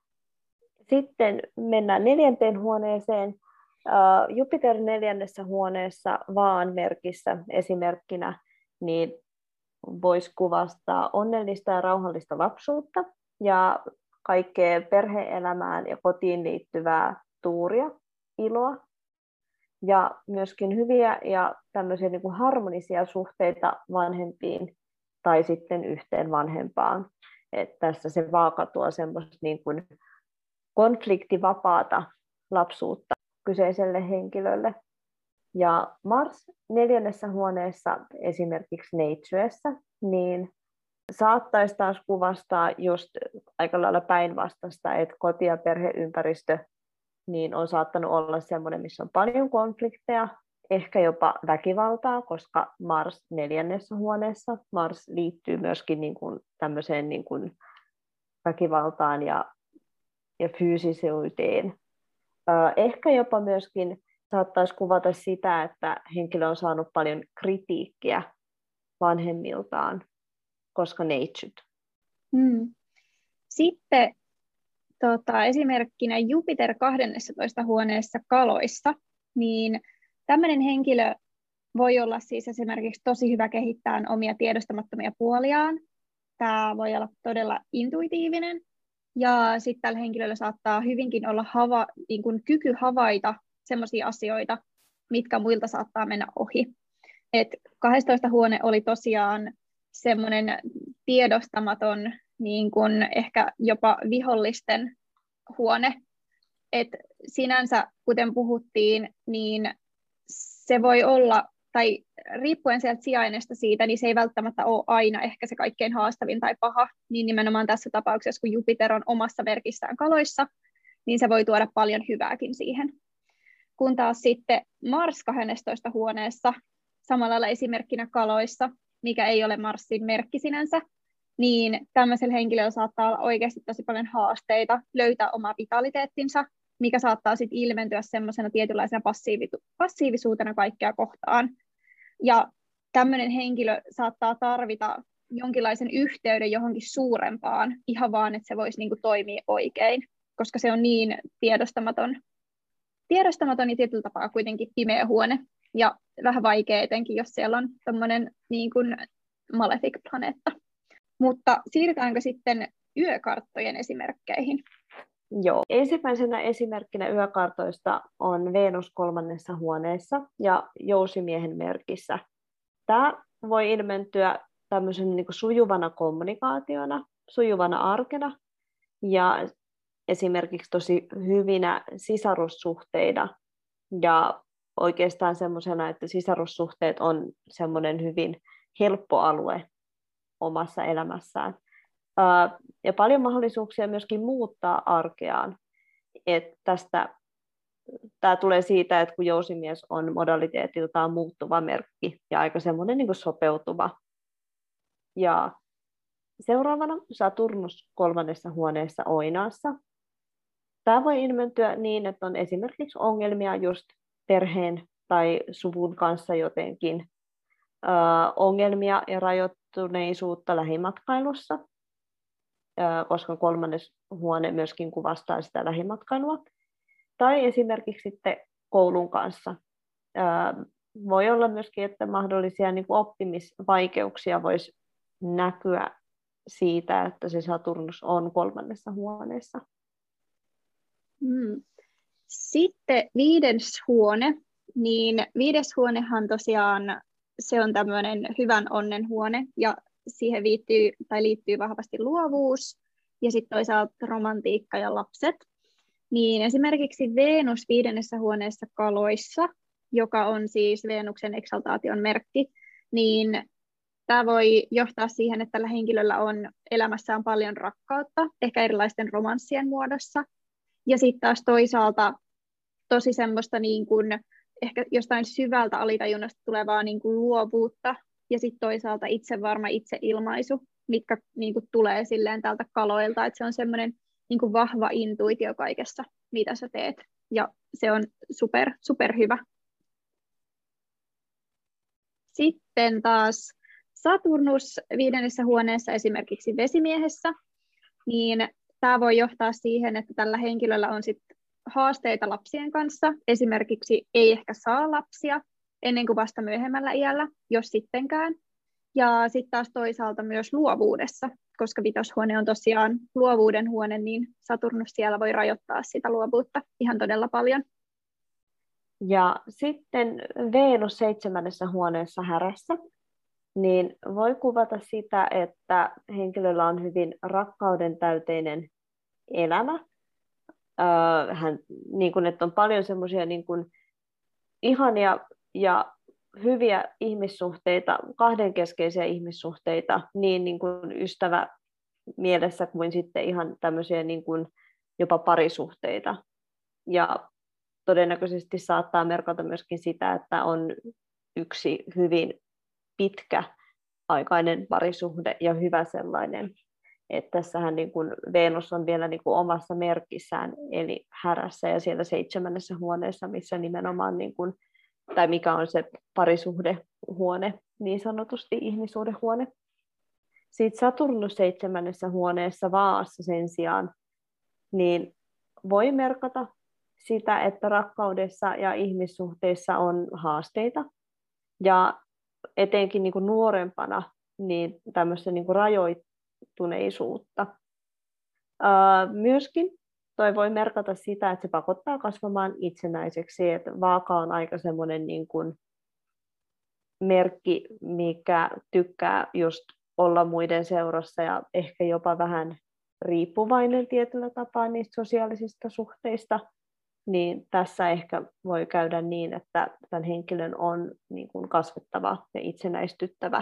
Speaker 2: Sitten mennään neljänteen huoneeseen. Jupiter neljännessä huoneessa vaan merkissä esimerkkinä, niin voisi kuvastaa onnellista ja rauhallista lapsuutta ja kaikkea perhe-elämään ja kotiin liittyvää tuuria, iloa ja myöskin hyviä ja tämmöisiä niin kuin harmonisia suhteita vanhempiin tai sitten yhteen vanhempaan. että tässä se vaaka tuo semmoista niin kuin konfliktivapaata lapsuutta kyseiselle henkilölle. Ja Mars neljännessä huoneessa, esimerkiksi neitsyössä, niin saattaisi taas kuvastaa just aika lailla päinvastaista, että koti- ja perheympäristö niin on saattanut olla sellainen, missä on paljon konflikteja, ehkä jopa väkivaltaa, koska Mars neljännessä huoneessa, Mars liittyy myöskin niin kuin tämmöiseen niin kuin väkivaltaan ja, ja fyysisyyteen. Ehkä jopa myöskin saattaisi kuvata sitä, että henkilö on saanut paljon kritiikkiä vanhemmiltaan, koska neitsyt.
Speaker 1: Hmm. Sitten tota, esimerkkinä Jupiter kahdennessatoista huoneessa kaloissa, niin tämmöinen henkilö voi olla siis esimerkiksi tosi hyvä kehittää omia tiedostamattomia puoliaan. Tämä voi olla todella intuitiivinen, ja sitten tällä henkilöllä saattaa hyvinkin olla hava, niin kuin kyky havaita sellaisia asioita, mitkä muilta saattaa mennä ohi. Et kahdestoista huone oli tosiaan semmoinen tiedostamaton, niin kuin ehkä jopa vihollisten huone. Et sinänsä, kuten puhuttiin, niin se voi olla, tai riippuen sieltä sijainnesta siitä, niin se ei välttämättä ole aina ehkä se kaikkein haastavin tai paha, niin nimenomaan tässä tapauksessa, kun Jupiter on omassa merkissään kaloissa, niin se voi tuoda paljon hyvääkin siihen. Kun taas sitten Mars kahdennessatoista huoneessa, samalla lailla esimerkkinä kaloissa, mikä ei ole Marsin merkki sinänsä, niin tämmöisellä henkilöllä saattaa olla oikeasti tosi paljon haasteita löytää oma vitaliteettinsa, mikä saattaa sitten ilmentyä semmoisena tietynlaisena passiivi- passiivisuutena kaikkea kohtaan. Ja tämmöinen henkilö saattaa tarvita jonkinlaisen yhteyden johonkin suurempaan, ihan vaan, että se voisi niinku toimia oikein, koska se on niin tiedostamaton, tiedostamaton ja tietyllä tapaa kuitenkin pimeä huone, ja vähän vaikea etenkin, jos siellä on tämmöinen niin kuin malefic-planeetta. Mutta siirrytäänkö sitten yökarttojen esimerkkeihin?
Speaker 2: Joo. Ensimmäisenä esimerkkinä yökartoista on Venus kolmannessa huoneessa ja Jousimiehen merkissä. Tämä voi ilmentyä tämmöisen niin kuin sujuvana kommunikaationa, sujuvana arkena ja esimerkiksi tosi hyvinä sisarussuhteina ja oikeastaan semmoisena, että sisarussuhteet on semmoinen hyvin helppo alue omassa elämässään. Ja paljon mahdollisuuksia myöskin muuttaa arkeaan. Et tästä, tämä tulee siitä, että kun jousimies on modaliteetiltaan muuttuva merkki ja aika semmoinen niin kuin sopeutuva. Ja seuraavana Saturnus kolmannessa huoneessa Oinaassa. Tämä voi ilmentyä niin, että on esimerkiksi ongelmia just perheen tai suvun kanssa jotenkin, äh, ongelmia ja rajoittuneisuutta lähimatkailussa, äh, koska kolmannes huone myöskin kuvastaa sitä lähimatkailua. Tai esimerkiksi sitten koulun kanssa. Äh, voi olla myöskin, että mahdollisia niin kuin oppimisvaikeuksia voisi näkyä siitä, että se Saturnus on kolmannessa huoneessa.
Speaker 1: Hmm. Sitten viides huone, niin viides huonehan tosiaan se on tämmöinen hyvän onnen huone ja siihen liittyy, tai liittyy vahvasti luovuus ja sitten toisaalta romantiikka ja lapset. Niin esimerkiksi Venus viidennessä huoneessa kaloissa, joka on siis Venuksen eksaltaation merkki, niin tämä voi johtaa siihen, että tällä henkilöllä on elämässään paljon rakkautta, ehkä erilaisten romanssien muodossa. Ja sitten taas toisaalta tosi semmoista niin kuin, ehkä jostain syvältä alitajunnasta tulevaa niin kuin luovuutta ja sitten toisaalta itsevarma itseilmaisu, mitkä niin kuin tulee silleen tältä kaloilta, että se on semmoinen niin kuin vahva intuitio kaikessa, mitä sä teet, ja se on super, super hyvä. Sitten taas Saturnus viidennessä huoneessa esimerkiksi Vesimiehessä, niin tämä voi johtaa siihen, että tällä henkilöllä on sit haasteita lapsien kanssa. Esimerkiksi ei ehkä saa lapsia ennen kuin vasta myöhemmällä iällä, jos sittenkään. Ja sitten taas toisaalta myös luovuudessa, koska vitoshuone on tosiaan luovuuden huone, niin Saturnus siellä voi rajoittaa sitä luovuutta ihan todella paljon.
Speaker 2: Ja sitten Venus seitsemännessä huoneessa Härässä. niin voi kuvata sitä, että henkilöllä on hyvin rakkauden täyteinen elämä. Öö, hän, niin kuin, että on paljon semmoisia niin kuin ihania ja hyviä ihmissuhteita, kahdenkeskeisiä ihmissuhteita, niin, niin kuin ystävä mielessä kuin sitten ihan tämmöisiä niin kuin jopa parisuhteita. Ja todennäköisesti saattaa merkata myöskin sitä, että on yksi hyvin pitkäaikainen parisuhde ja hyvä sellainen. Että tässähän niin kuin Venus on vielä niin kuin omassa merkissään, eli härässä ja siellä seitsemännessä huoneessa, missä nimenomaan, niin kuin, tai mikä on se parisuhdehuone, niin sanotusti ihmissuhdehuone. Sitten Saturnus seitsemännessä huoneessa Vaassa sen sijaan, niin voi merkata sitä, että rakkaudessa ja ihmissuhteissa on haasteita. Ja etenkin niin kuin nuorempana niin tämmöistä niin kuin rajoittuneisuutta. Ää, myöskin toi voi merkata sitä, että se pakottaa kasvamaan itsenäiseksi. Että Vaaka on aika semmoinen niin kuin merkki, mikä tykkää just olla muiden seurassa ja ehkä jopa vähän riippuvainen tietyllä tapaa niistä sosiaalisista suhteista, niin tässä ehkä voi käydä niin, että tämän henkilön on niin kuin kasvettava ja itsenäistyttävä.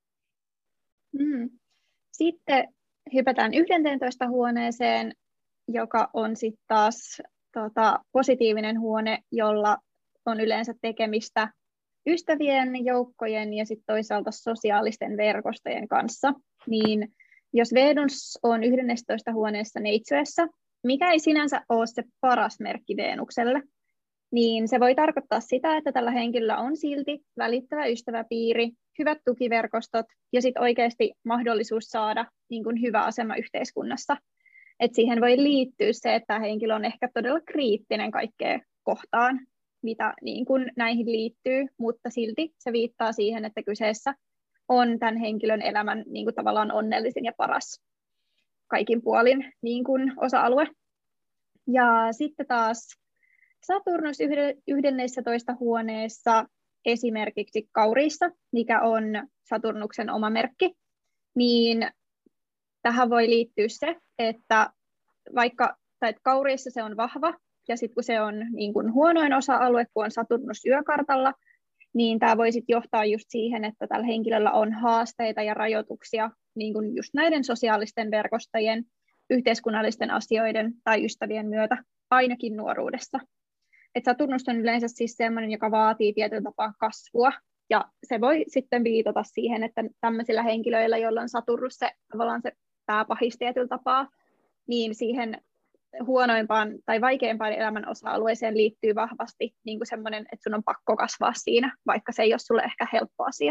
Speaker 1: Mm. Sitten hypätään yhdenteentoista huoneeseen, joka on sitten taas tota, positiivinen huone, jolla on yleensä tekemistä ystävien, joukkojen ja sitten toisaalta sosiaalisten verkostojen kanssa. Niin jos Venus on yhdennessätoista huoneessa neitsyössä, mikä ei sinänsä ole se paras merkki Venukselle, niin se voi tarkoittaa sitä, että tällä henkilöllä on silti välittävä ystäväpiiri, hyvät tukiverkostot ja sitten oikeasti mahdollisuus saada niin kuin hyvä asema yhteiskunnassa. Et siihen voi liittyä se, että henkilö on ehkä todella kriittinen kaikkeen kohtaan, mitä niin kuin näihin liittyy, mutta silti se viittaa siihen, että kyseessä on tämän henkilön elämän niin kuin tavallaan onnellisin ja paras kaikin puolin niin kuin osa-alue. Ja sitten taas Saturnus yhdennessätoista huoneessa esimerkiksi Kauriissa, mikä on Saturnuksen oma merkki, niin tähän voi liittyä se, että vaikka tai että Kauriissa se on vahva, ja sitten kun se on niin kuin huonoin osa-alue, kun on Saturnus yökartalla, niin tämä voi sitten johtaa just siihen, että tällä henkilöllä on haasteita ja rajoituksia niin kuin just näiden sosiaalisten verkostojen, yhteiskunnallisten asioiden tai ystävien myötä, ainakin nuoruudessa. Et Saturnus on yleensä siis sellainen, joka vaatii tietyllä tapaa kasvua, ja se voi sitten viitata siihen, että tämmöisillä henkilöillä, joilla on Saturnus se, tavallaan se pääpahis tietyllä tapaa, niin siihen huonoimpaan tai vaikeimpaan elämän osa-alueeseen liittyy vahvasti niin kuin semmoinen, että sun on pakko kasvaa siinä, vaikka se ei ole sulle ehkä helppo asia.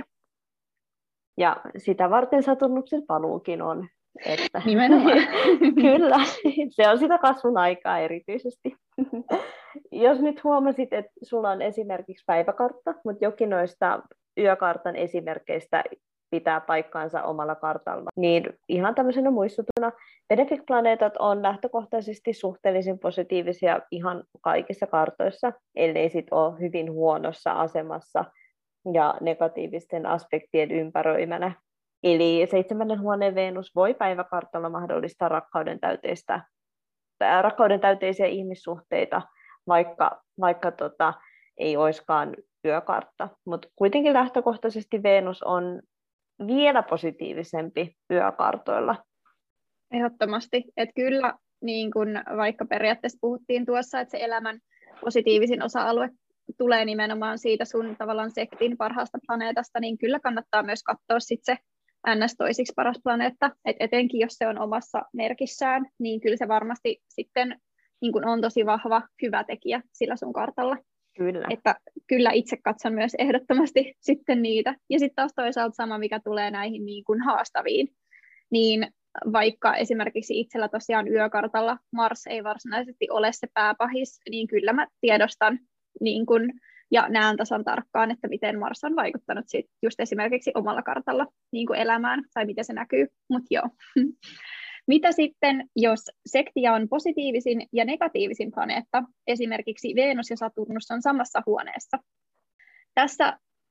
Speaker 2: Ja sitä varten Saturnuksen paluukin on. Että
Speaker 1: Nimenomaan.
Speaker 2: Kyllä, se on sitä kasvun aikaa erityisesti. Jos nyt huomasit, että sulla on esimerkiksi päiväkartta, mutta jokin noista yökartan esimerkkeistä pitää paikkaansa omalla kartalla, niin ihan tämmöisenä muistutuna, benefic-planeetat on lähtökohtaisesti suhteellisen positiivisia ihan kaikissa kartoissa, ellei sit ole hyvin huonossa asemassa ja negatiivisten aspektien ympäröimänä. Eli seitsemännen huoneen Venus voi päiväkartalla mahdollistaa rakkauden, täyteistä, rakkauden täyteisiä ihmissuhteita, vaikka, vaikka tota, ei olisikaan yökartta. Mutta kuitenkin lähtökohtaisesti Venus on vielä positiivisempi yökartoilla.
Speaker 1: Ehdottomasti. Että kyllä, niin kun vaikka periaatteessa puhuttiin tuossa, että se elämän positiivisin osa-alue tulee nimenomaan siitä sun tavallaan sektin parhaasta planeetasta, niin kyllä kannattaa myös katsoa sit se N S toisiksi paras planeetta, et etenkin jos se on omassa merkissään, niin kyllä se varmasti sitten niin kun on tosi vahva, hyvä tekijä sillä sun kartalla.
Speaker 2: Kyllä.
Speaker 1: Että kyllä itse katson myös ehdottomasti sitten niitä. Ja sitten taas toisaalta sama, mikä tulee näihin niin kun haastaviin, niin vaikka esimerkiksi itsellä tosiaan yökartalla Mars ei varsinaisesti ole se pääpahis, niin kyllä mä tiedostan niin kun, ja näen tasan tarkkaan, että miten Mars on vaikuttanut sit just esimerkiksi omalla kartalla niin kun elämään, tai miten se näkyy, mutta joo. Mitä sitten, jos sektiä on positiivisin ja negatiivisin planeetta, esimerkiksi Venus ja Saturnus on samassa huoneessa? Tässä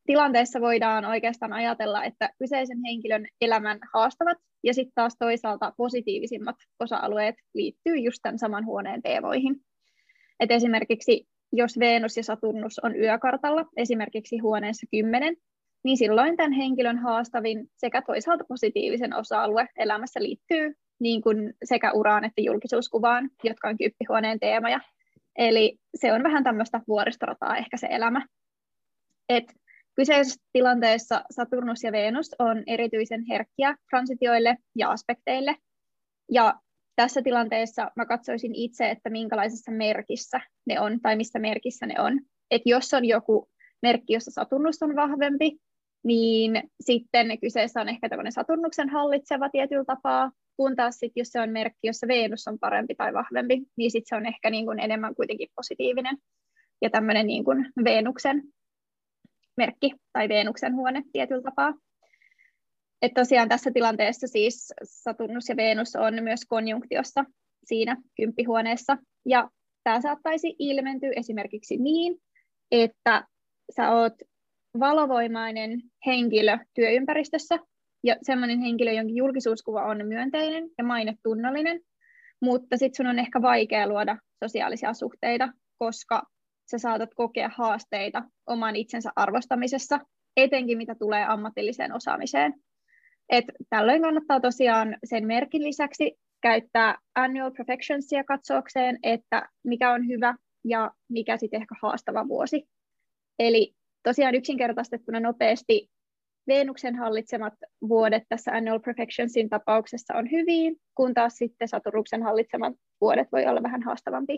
Speaker 1: tilanteessa voidaan oikeastaan ajatella, että kyseisen henkilön elämän haastavat ja sitten taas toisaalta positiivisimmat osa-alueet liittyy just tämän saman huoneen teemoihin. Et esimerkiksi jos Venus ja Saturnus on yökartalla, esimerkiksi huoneessa kymmenen, niin silloin tämän henkilön haastavin sekä toisaalta positiivisen osa-alue elämässä liittyy niin kuin sekä uraan että julkisuuskuvaan, jotka on kymppihuoneen teemoja. Eli se on vähän tämmöistä vuoristorataa ehkä se elämä. Et kyseisessä tilanteessa Saturnus ja Venus on erityisen herkkiä transitioille ja aspekteille. Ja tässä tilanteessa mä katsoisin itse, että minkälaisessa merkissä ne on tai missä merkissä ne on. Et jos on joku merkki, jossa Saturnus on vahvempi, niin sitten kyseessä on ehkä tämmöinen Saturnuksen hallitseva tietyllä tapaa, kun taas sit, jos se on merkki, jossa Venus on parempi tai vahvempi, niin sitten se on ehkä niin kuin enemmän kuitenkin positiivinen ja tämmöinen niin kuin Venuksen merkki tai Venuksen huone tietyllä tapaa. Että tosiaan tässä tilanteessa siis Saturnus ja Venus on myös konjunktiossa siinä kymppihuoneessa, ja tämä saattaisi ilmentyä esimerkiksi niin, että sä oot valovoimainen henkilö työympäristössä, ja sellainen henkilö, jonka julkisuuskuva on myönteinen ja mainetunnollinen, mutta sitten sun on ehkä vaikea luoda sosiaalisia suhteita, koska sä saatat kokea haasteita oman itsensä arvostamisessa, etenkin mitä tulee ammatilliseen osaamiseen. Et tällöin kannattaa tosiaan sen merkin lisäksi käyttää annual perfectionsia katsoakseen, että mikä on hyvä ja mikä sitten ehkä haastava vuosi. Eli tosiaan yksinkertaistettuna nopeasti Venuksen hallitsemat vuodet tässä annual perfectionsin tapauksessa on hyviä, kun taas sitten Saturnuksen hallitsemat vuodet voi olla vähän haastavampia.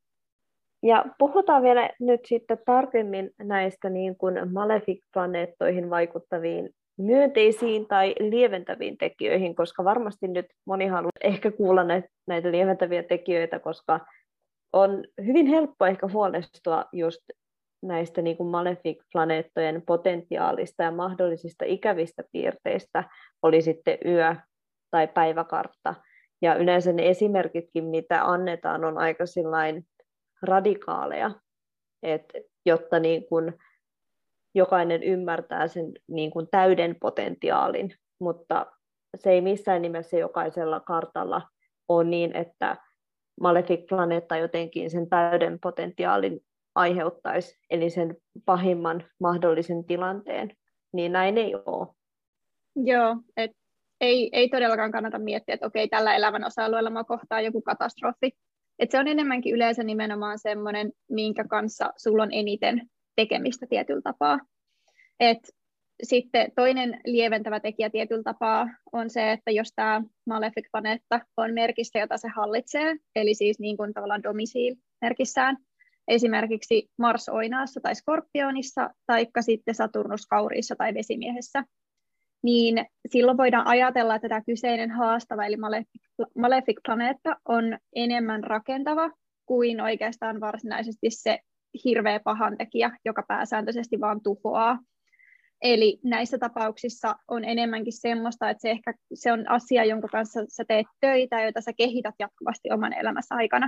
Speaker 2: Ja puhutaan vielä nyt sitten tarkemmin näistä niin kuin malefic-planeettoihin vaikuttaviin myönteisiin tai lieventäviin tekijöihin, koska varmasti nyt moni haluaa ehkä kuulla näitä lieventäviä tekijöitä, koska on hyvin helppo ehkä huolestua just näistä niin kuin malefic-planeettojen potentiaalista ja mahdollisista ikävistä piirteistä, oli sitten yö- tai päiväkartta. Ja yleensä ne esimerkitkin, mitä annetaan, on aika sillain radikaaleja, että jotta niin kuin jokainen ymmärtää sen niin kuin täyden potentiaalin, mutta se ei missään nimessä jokaisella kartalla ole niin, että malefic-planeetta jotenkin sen täyden potentiaalin aiheuttaisi, eli sen pahimman mahdollisen tilanteen, niin näin ei ole.
Speaker 1: Joo, et ei, ei todellakaan kannata miettiä, että okei, tällä elämän osa-alueella mä kohtaan joku katastrofi. Et se on enemmänkin yleensä nimenomaan semmoinen, minkä kanssa sulla on eniten tekemistä tietyllä tapaa. Et sitten toinen lieventävä tekijä tietyllä tapaa on se, että jos tämä malefic-planeetta on merkissä, jota se hallitsee, eli siis niin kuin tavallaan domisiil-merkissään, esimerkiksi Mars Oinaassa tai Skorpionissa, taikka sitten Saturnus Kauriissa tai Vesimiehessä, niin silloin voidaan ajatella, että tämä kyseinen haastava, eli malefic-planeetta on enemmän rakentava kuin oikeastaan varsinaisesti se hirveä pahantekijä, joka pääsääntöisesti vaan tuhoaa. Eli näissä tapauksissa on enemmänkin semmoista, että se ehkä se on asia, jonka kanssa sä teet töitä, joita sä kehität jatkuvasti oman elämässä aikana.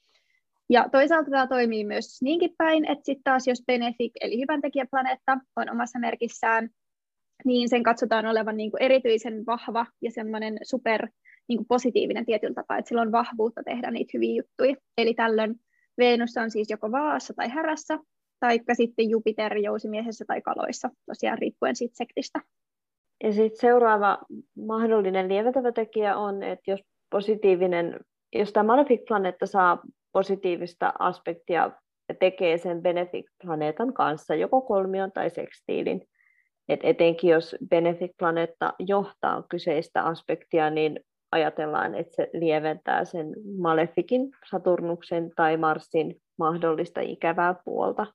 Speaker 1: Ja toisaalta tämä toimii myös niinkin päin, että sitten taas jos benefic, eli hyväntekijäplaneetta, on omassa merkissään, niin sen katsotaan olevan niin kuin erityisen vahva ja semmoinen super niin kuin positiivinen tietyllä tapaa, että sillä on vahvuutta tehdä niitä hyviä juttuja. Eli tällöin Venus on siis joko vaassa tai härässä, taikka sitten Jupiter jousimiehessä tai kaloissa, tosiaan riippuen siitä sektistä.
Speaker 2: Ja sitten seuraava mahdollinen lieventävä tekijä on, että jos positiivinen, jos tämä malefic-planeetta saa positiivista aspektia ja tekee sen benefic-planeetan kanssa, joko kolmion tai sekstiilin, et etenkin jos benefic-planeetta johtaa kyseistä aspektia, niin ajatellaan, että se lieventää sen malefikin, Saturnuksen tai Marsin mahdollista ikävää puolta.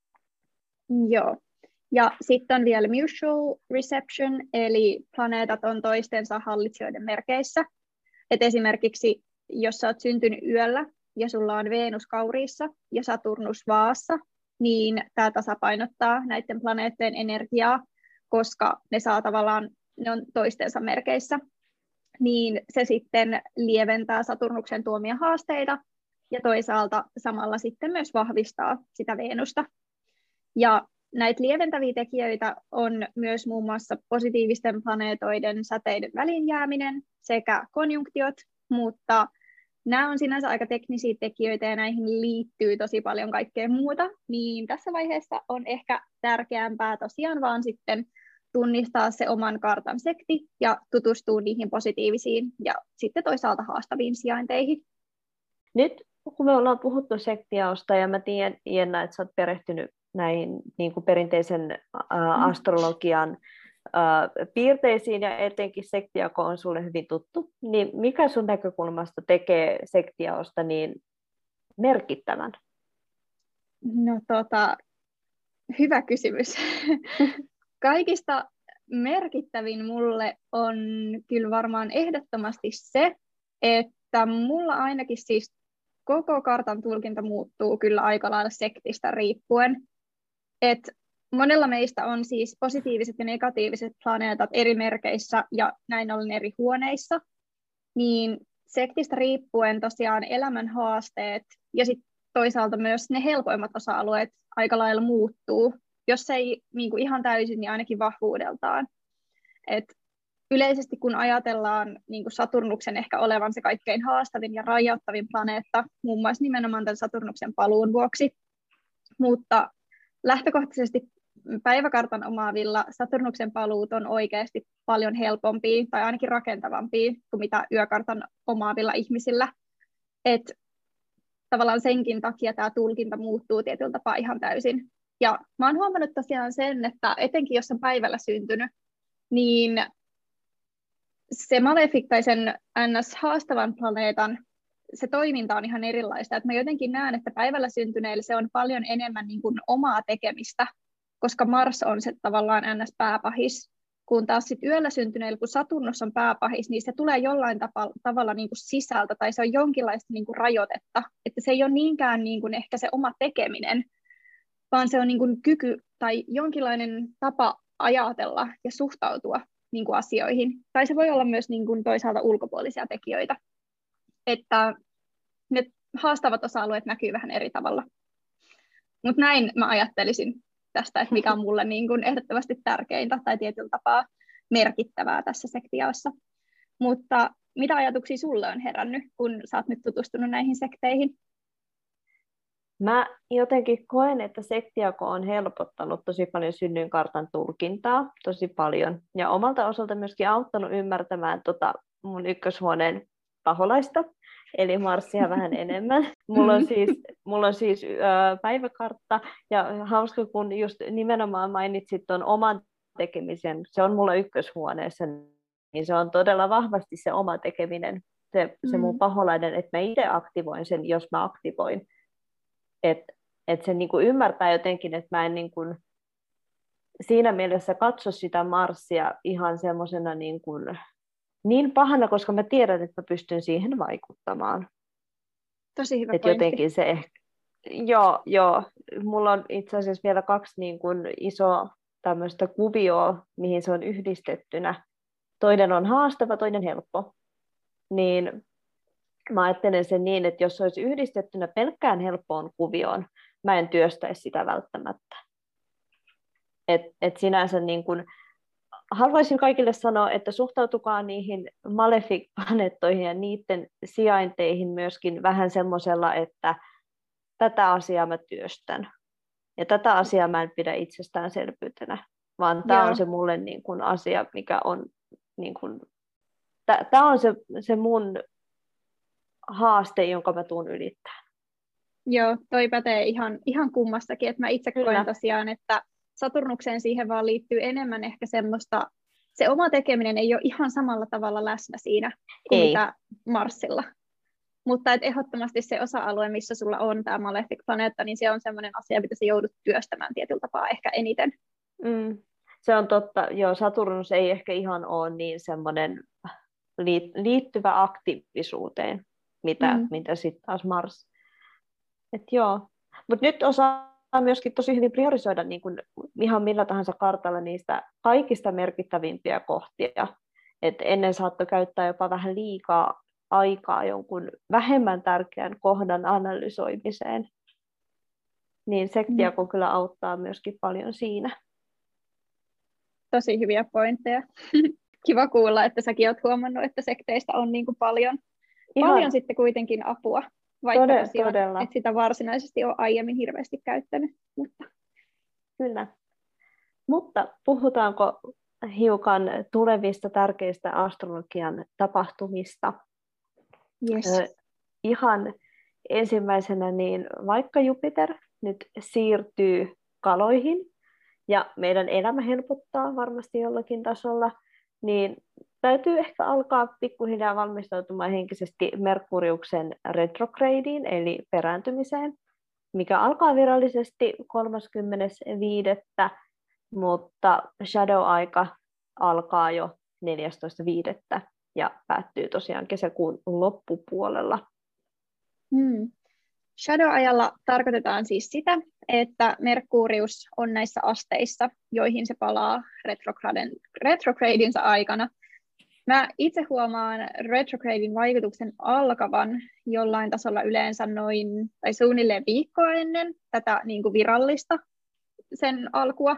Speaker 1: Joo. Ja sitten on vielä mutual reception, eli planeetat on toistensa hallitsijoiden merkeissä. Et esimerkiksi jos sä oot syntynyt yöllä ja sulla on Venus Kauriissa ja Saturnus Vaassa, niin tämä tasapainottaa näiden planeettien energiaa, koska ne saa tavallaan, ne on toistensa merkeissä, niin se sitten lieventää Saturnuksen tuomia haasteita ja toisaalta samalla sitten myös vahvistaa sitä Venusta. Ja näitä lieventäviä tekijöitä on myös muun muassa positiivisten planeetoiden säteiden väliinjääminen sekä konjunktiot, mutta nämä on sinänsä aika teknisiä tekijöitä ja näihin liittyy tosi paljon kaikkea muuta, niin tässä vaiheessa on ehkä tärkeämpää tosiaan vaan sitten tunnistaa se oman kartan sekti ja tutustua niihin positiivisiin ja sitten toisaalta haastaviin sijainteihin.
Speaker 2: Nyt kun me ollaan puhuttu sektiaosta ja mä tiedän, Jenna, että sä oot perehtynyt näihin niin kuin perinteisen ä, astrologian ä, piirteisiin ja etenkin sektiako on sulle hyvin tuttu, niin mikä sun näkökulmasta tekee sektiaosta niin merkittävän?
Speaker 1: No tota, hyvä kysymys. Kaikista merkittävin mulle on kyllä varmaan ehdottomasti se, että mulla ainakin siis koko kartan tulkinta muuttuu kyllä aika lailla sektistä riippuen. Et monella meistä on siis positiiviset ja negatiiviset planeetat eri merkeissä ja näin ollen eri huoneissa, niin sektistä riippuen tosiaan elämän haasteet ja sitten toisaalta myös ne helpoimmat osa-alueet aika lailla muuttuu, jos ei niin kuin ihan täysin, niin ainakin vahvuudeltaan. Et yleisesti kun ajatellaan niin kuin Saturnuksen ehkä olevan se kaikkein haastavin ja rajoittavin planeetta, muun muassa nimenomaan tämän Saturnuksen paluun vuoksi, mutta lähtökohtaisesti päiväkartan omaavilla Saturnuksen paluut on oikeasti paljon helpompia tai ainakin rakentavampia kuin mitä yökartan omaavilla ihmisillä. Et tavallaan senkin takia tämä tulkinta muuttuu tietyllä tapaa ihan täysin. Ja mä oon huomannut tosiaan sen, että etenkin jos on päivällä syntynyt, niin se Malefic tai sen N S-haastavan planeetan se toiminta on ihan erilaista. Et mä jotenkin näen, että päivällä syntyneillä se on paljon enemmän niin kuin omaa tekemistä, koska Mars on se tavallaan N S-pääpahis, kun taas sit yöllä syntyneillä, kun Saturnus on pääpahis, niin se tulee jollain tapa, tavalla niin kuin sisältä, tai se on jonkinlaista niin kuin rajoitetta, että se ei ole niinkään niin kuin ehkä se oma tekeminen, vaan se on niin kuin kyky tai jonkinlainen tapa ajatella ja suhtautua niin kuin asioihin. Tai se voi olla myös niin kuin toisaalta ulkopuolisia tekijöitä, että ne haastavat osa-alueet näkyy vähän eri tavalla. Mutta näin mä ajattelisin tästä, että mikä on mulle niin kuin ehdottomasti tärkeintä tai tietyllä tapaa merkittävää tässä sektiaossa. Mutta mitä ajatuksia sulle on herännyt, kun sä oot nyt tutustunut näihin sekteihin?
Speaker 2: Mä jotenkin koen, että sektiako on helpottanut tosi paljon synnyinkartan tulkintaa, tosi paljon. Ja omalta osalta myöskin auttanut ymmärtämään tota mun ykköshuoneen paholaista, eli Marsia vähän enemmän. Mulla on siis, mulla on siis äh, päiväkartta, ja hauska kun just nimenomaan mainitsit tuon oman tekemisen, se on mulla ykköshuoneessa, niin se on todella vahvasti se oma tekeminen, se, se mun paholainen, että mä itse aktivoin sen, jos mä aktivoin. Että et se niinku ymmärtää jotenkin, että mä en niinku siinä mielessä katso sitä Marsia ihan semmoisena niinku niin pahana, koska mä tiedän, että mä pystyn siihen vaikuttamaan.
Speaker 1: Tosi hyvä
Speaker 2: et
Speaker 1: pointti.
Speaker 2: Jotenkin se ehkä, joo, joo, mulla on itse asiassa vielä kaksi niin kuin isoa tämmöistä kuvioa, mihin se on yhdistettynä. Toinen on haastava, toinen helppo. Niin mä ajattelen sen niin, että jos se olisi yhdistettynä pelkkään helppoon kuvioon, mä en työstäisi sitä välttämättä. Et, et sinänsä niin kun, haluaisin kaikille sanoa, että suhtautukaa niihin Malefic-planeettoihin ja niiden sijainteihin myöskin vähän semmoisella, että tätä asiaa mä työstän. Ja tätä asiaa mä en pidä itsestäänselvyytenä, vaan tämä on se mulle niin kun asia, mikä on, niin kun, tämä on se, se mun haaste, jonka mä tuun ylittämään.
Speaker 1: Joo, toi pätee ihan, ihan kummastakin, että mä itse Kyllä. koen tosiaan, että Saturnukseen siihen vaan liittyy enemmän ehkä semmoista, se oma tekeminen ei ole ihan samalla tavalla läsnä siinä kuin ei. mitä Marsilla. Mutta et ehdottomasti se osa-alue, missä sulla on tämä Malefic-planeetta, niin se on semmoinen asia, mitä sä joudut työstämään tietyllä tapaa ehkä eniten.
Speaker 2: Mm. Se on totta, joo, Saturnus ei ehkä ihan ole niin semmoinen liittyvä aktiivisuuteen, mitä, mm. mitä sitten taas Mars. Et joo. Mut nyt osaa myöskin tosi hyvin priorisoida niin kun ihan millä tahansa kartalla niistä kaikista merkittävimpiä kohtia. Et ennen saattoi käyttää jopa vähän liikaa aikaa jonkun vähemmän tärkeän kohdan analysoimiseen. niin sektiako mm. kyllä auttaa myöskin paljon siinä.
Speaker 1: Tosi hyviä pointteja. Kiva kuulla, että säkin olet huomannut, että sekteistä on niin kuin paljon, paljon sitten kuitenkin apua, vaikka
Speaker 2: Todella,
Speaker 1: tosiaan,
Speaker 2: todella.
Speaker 1: et sitä varsinaisesti ole aiemmin hirveästi käyttänyt. Mutta.
Speaker 2: Kyllä. Mutta puhutaanko hiukan tulevista tärkeistä astrologian tapahtumista?
Speaker 1: Yes.
Speaker 2: Ihan ensimmäisenä, niin vaikka Jupiter nyt siirtyy kaloihin ja meidän elämä helpottaa varmasti jollakin tasolla, niin täytyy ehkä alkaa pikkuhiljaa valmistautumaan henkisesti Merkuriuksen retrogradiin, eli perääntymiseen, mikä alkaa virallisesti kolmaskymmenes viidettä, mutta shadow-aika alkaa jo neljästoista viidettä ja päättyy tosiaan kesäkuun loppupuolella.
Speaker 1: Hmm. Shadow-ajalla tarkoitetaan siis sitä, että Merkurius on näissä asteissa, joihin se palaa retrogradinsa aikana. Mä itse huomaan retrogradin vaikutuksen alkavan jollain tasolla yleensä noin tai suunnilleen viikkoa ennen tätä niin kuin virallista sen alkua.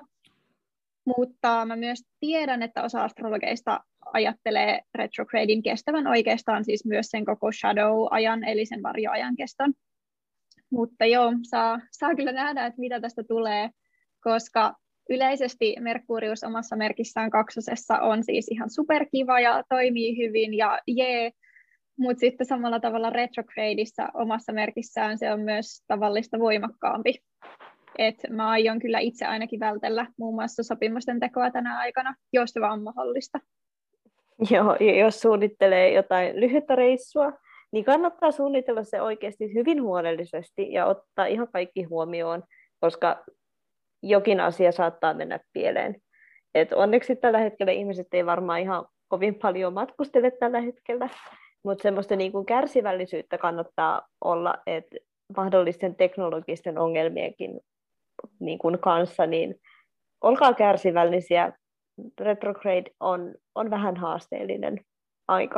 Speaker 1: Mutta mä myös tiedän, että osa astrologeista ajattelee retrogradin kestävän oikeastaan siis myös sen koko shadow-ajan, eli sen varjoajan keston. Mutta joo, saa, saa kyllä nähdä, että mitä tästä tulee, koska yleisesti Merkurius omassa merkissään kaksosessa on siis ihan superkiva ja toimii hyvin ja jee, mutta sitten samalla tavalla retrogradissa omassa merkissään se on myös tavallista voimakkaampi. Et mä aion kyllä itse ainakin vältellä muun muassa sopimusten tekoa tänä aikana, jos se vaan on mahdollista.
Speaker 2: Joo, jos suunnittelee jotain lyhyttä reissua, niin kannattaa suunnitella se oikeasti hyvin huolellisesti ja ottaa ihan kaikki huomioon, koska jokin asia saattaa mennä pieleen. Et onneksi tällä hetkellä ihmiset ei varmaan ihan kovin paljon matkustele tällä hetkellä, mutta semmoista niin kuin kärsivällisyyttä kannattaa olla, että mahdollisten teknologisten ongelmienkin niin kuin kanssa, niin olkaa kärsivällisiä. Retrograde on, on vähän haasteellinen aika.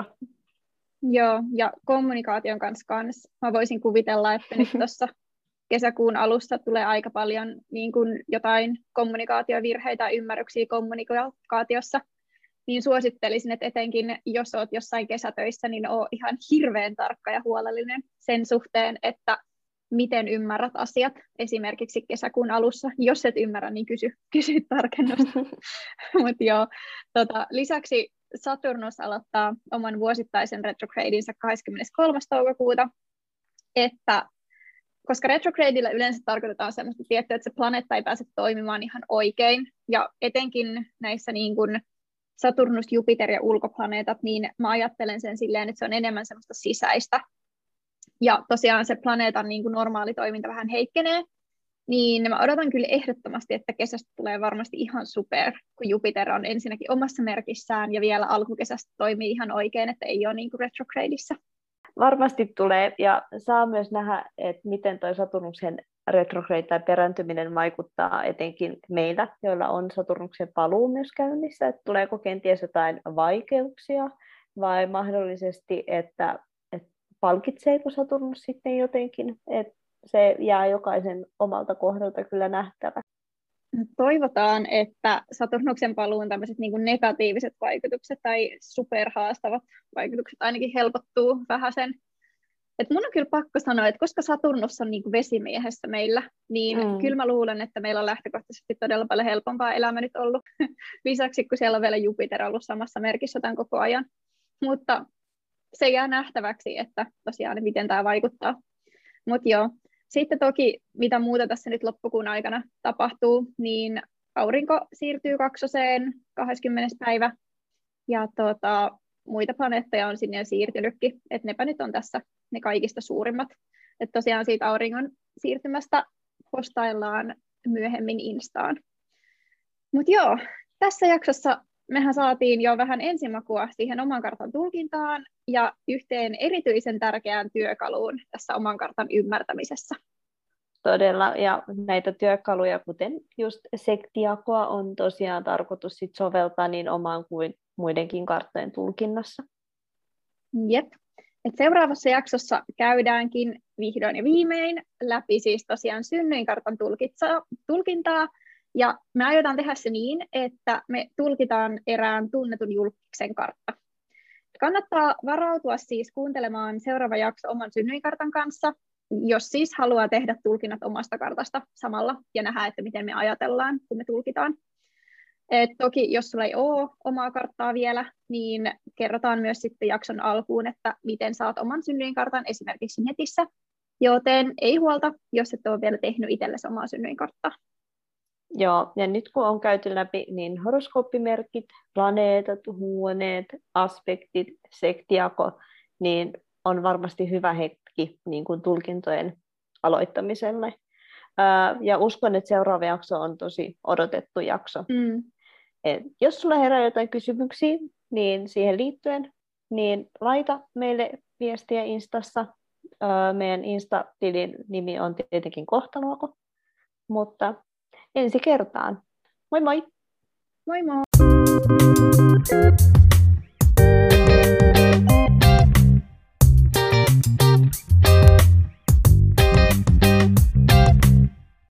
Speaker 1: Joo, ja kommunikaation kanssa kans. Mä voisin kuvitella, että nyt tuossa kesäkuun alussa tulee aika paljon niin kuin jotain kommunikaatiovirheitä ja ymmärryksiä kommunikaatiossa, niin suosittelisin, että etenkin jos olet jossain kesätöissä, niin ole ihan hirveän tarkka ja huolellinen sen suhteen, että miten ymmärrät asiat esimerkiksi kesäkuun alussa. Jos et ymmärrä, niin kysy, kysy tarkennusta. Mut joo, tota, lisäksi Saturnus aloittaa oman vuosittaisen retrogradinsa kahdeskymmeneskolmas toukokuuta, että koska retrogradilla yleensä tarkoitetaan sellaista tiettyä, että se planeetta ei pääse toimimaan ihan oikein, ja etenkin näissä niin kuin Saturnus, Jupiter ja ulkoplaneetat, niin mä ajattelen sen silleen, että se on enemmän semmoista sisäistä. Ja tosiaan se planeetan niin kuin normaali toiminta vähän heikkenee, niin mä odotan kyllä ehdottomasti, että kesästä tulee varmasti ihan super, kun Jupiter on ensinnäkin omassa merkissään ja vielä alkukesästä toimii ihan oikein, että ei ole niin kuin retrogradissa.
Speaker 2: Varmasti tulee, ja saa myös nähdä, että miten toi Saturnuksen retrograde tai perääntyminen vaikuttaa etenkin meillä, joilla on Saturnuksen paluu myös käynnissä, että tuleeko kenties jotain vaikeuksia, vai mahdollisesti, että, että palkitseeko Saturnus sitten jotenkin, että se jää jokaisen omalta kohdalta kyllä nähtävä.
Speaker 1: Toivotaan, että Saturnuksen paluun tämmöiset niin kuin negatiiviset vaikutukset tai superhaastavat vaikutukset ainakin helpottuu vähäsen. Et mun on kyllä pakko sanoa, että koska Saturnus on niin kuin vesimiehessä meillä, niin mm. kyllä mä luulen, että meillä on lähtökohtaisesti todella paljon helpompaa elämä nyt ollut. Lisäksi kun siellä on vielä Jupiter ollut samassa merkissä tämän koko ajan. Mutta se jää nähtäväksi, että tosiaan miten tämä vaikuttaa. Mutta joo. Sitten toki, mitä muuta tässä nyt loppukuun aikana tapahtuu, niin aurinko siirtyy kaksoseen kahdeskymmenes päivä, ja tota, muita planeettoja on sinne jo siirtynytkin, että nepä nyt on tässä ne kaikista suurimmat. Että tosiaan siitä auringon siirtymästä postaillaan myöhemmin Instaan. Mutta joo, tässä jaksossa mehän saatiin jo vähän ensimakua siihen oman kartan tulkintaan ja yhteen erityisen tärkeään työkaluun tässä oman kartan ymmärtämisessä.
Speaker 2: Todella, ja näitä työkaluja, kuten just sektijakoa, on tosiaan tarkoitus sit soveltaa niin omaan kuin muidenkin karttojen tulkinnassa.
Speaker 1: Jep. Et seuraavassa jaksossa käydäänkin vihdoin ja viimein läpi siis tosiaan synnyinkartan tulkintaa. Ja me aiotaan tehdä se niin, että me tulkitaan erään tunnetun julkiksen kartta. Kannattaa varautua siis kuuntelemaan seuraava jakso oman synnyinkartan kanssa, jos siis haluaa tehdä tulkinnat omasta kartasta samalla ja nähdä, että miten me ajatellaan, kun me tulkitaan. Et toki, jos sulla ei ole omaa karttaa vielä, niin kerrotaan myös sitten jakson alkuun, että miten saat oman synnyinkartan esimerkiksi netissä. Joten ei huolta, jos et ole vielä tehnyt itsellesi omaa synnyinkarttaa.
Speaker 2: Joo, ja nyt kun on käyty läpi niin horoskooppimerkit, planeetat, huoneet, aspektit, sektijako, niin on varmasti hyvä hetki niin kuin tulkintojen aloittamiselle. Ää, ja uskon, että seuraava jakso on tosi odotettu jakso.
Speaker 1: Mm.
Speaker 2: Et jos sulla herää jotain kysymyksiä niin siihen liittyen, niin laita meille viestiä Instassa. Ää, meidän Insta-tilin nimi on tietenkin Kohtaluoko, mutta ensi kertaan. Moi moi!
Speaker 1: Moi moi!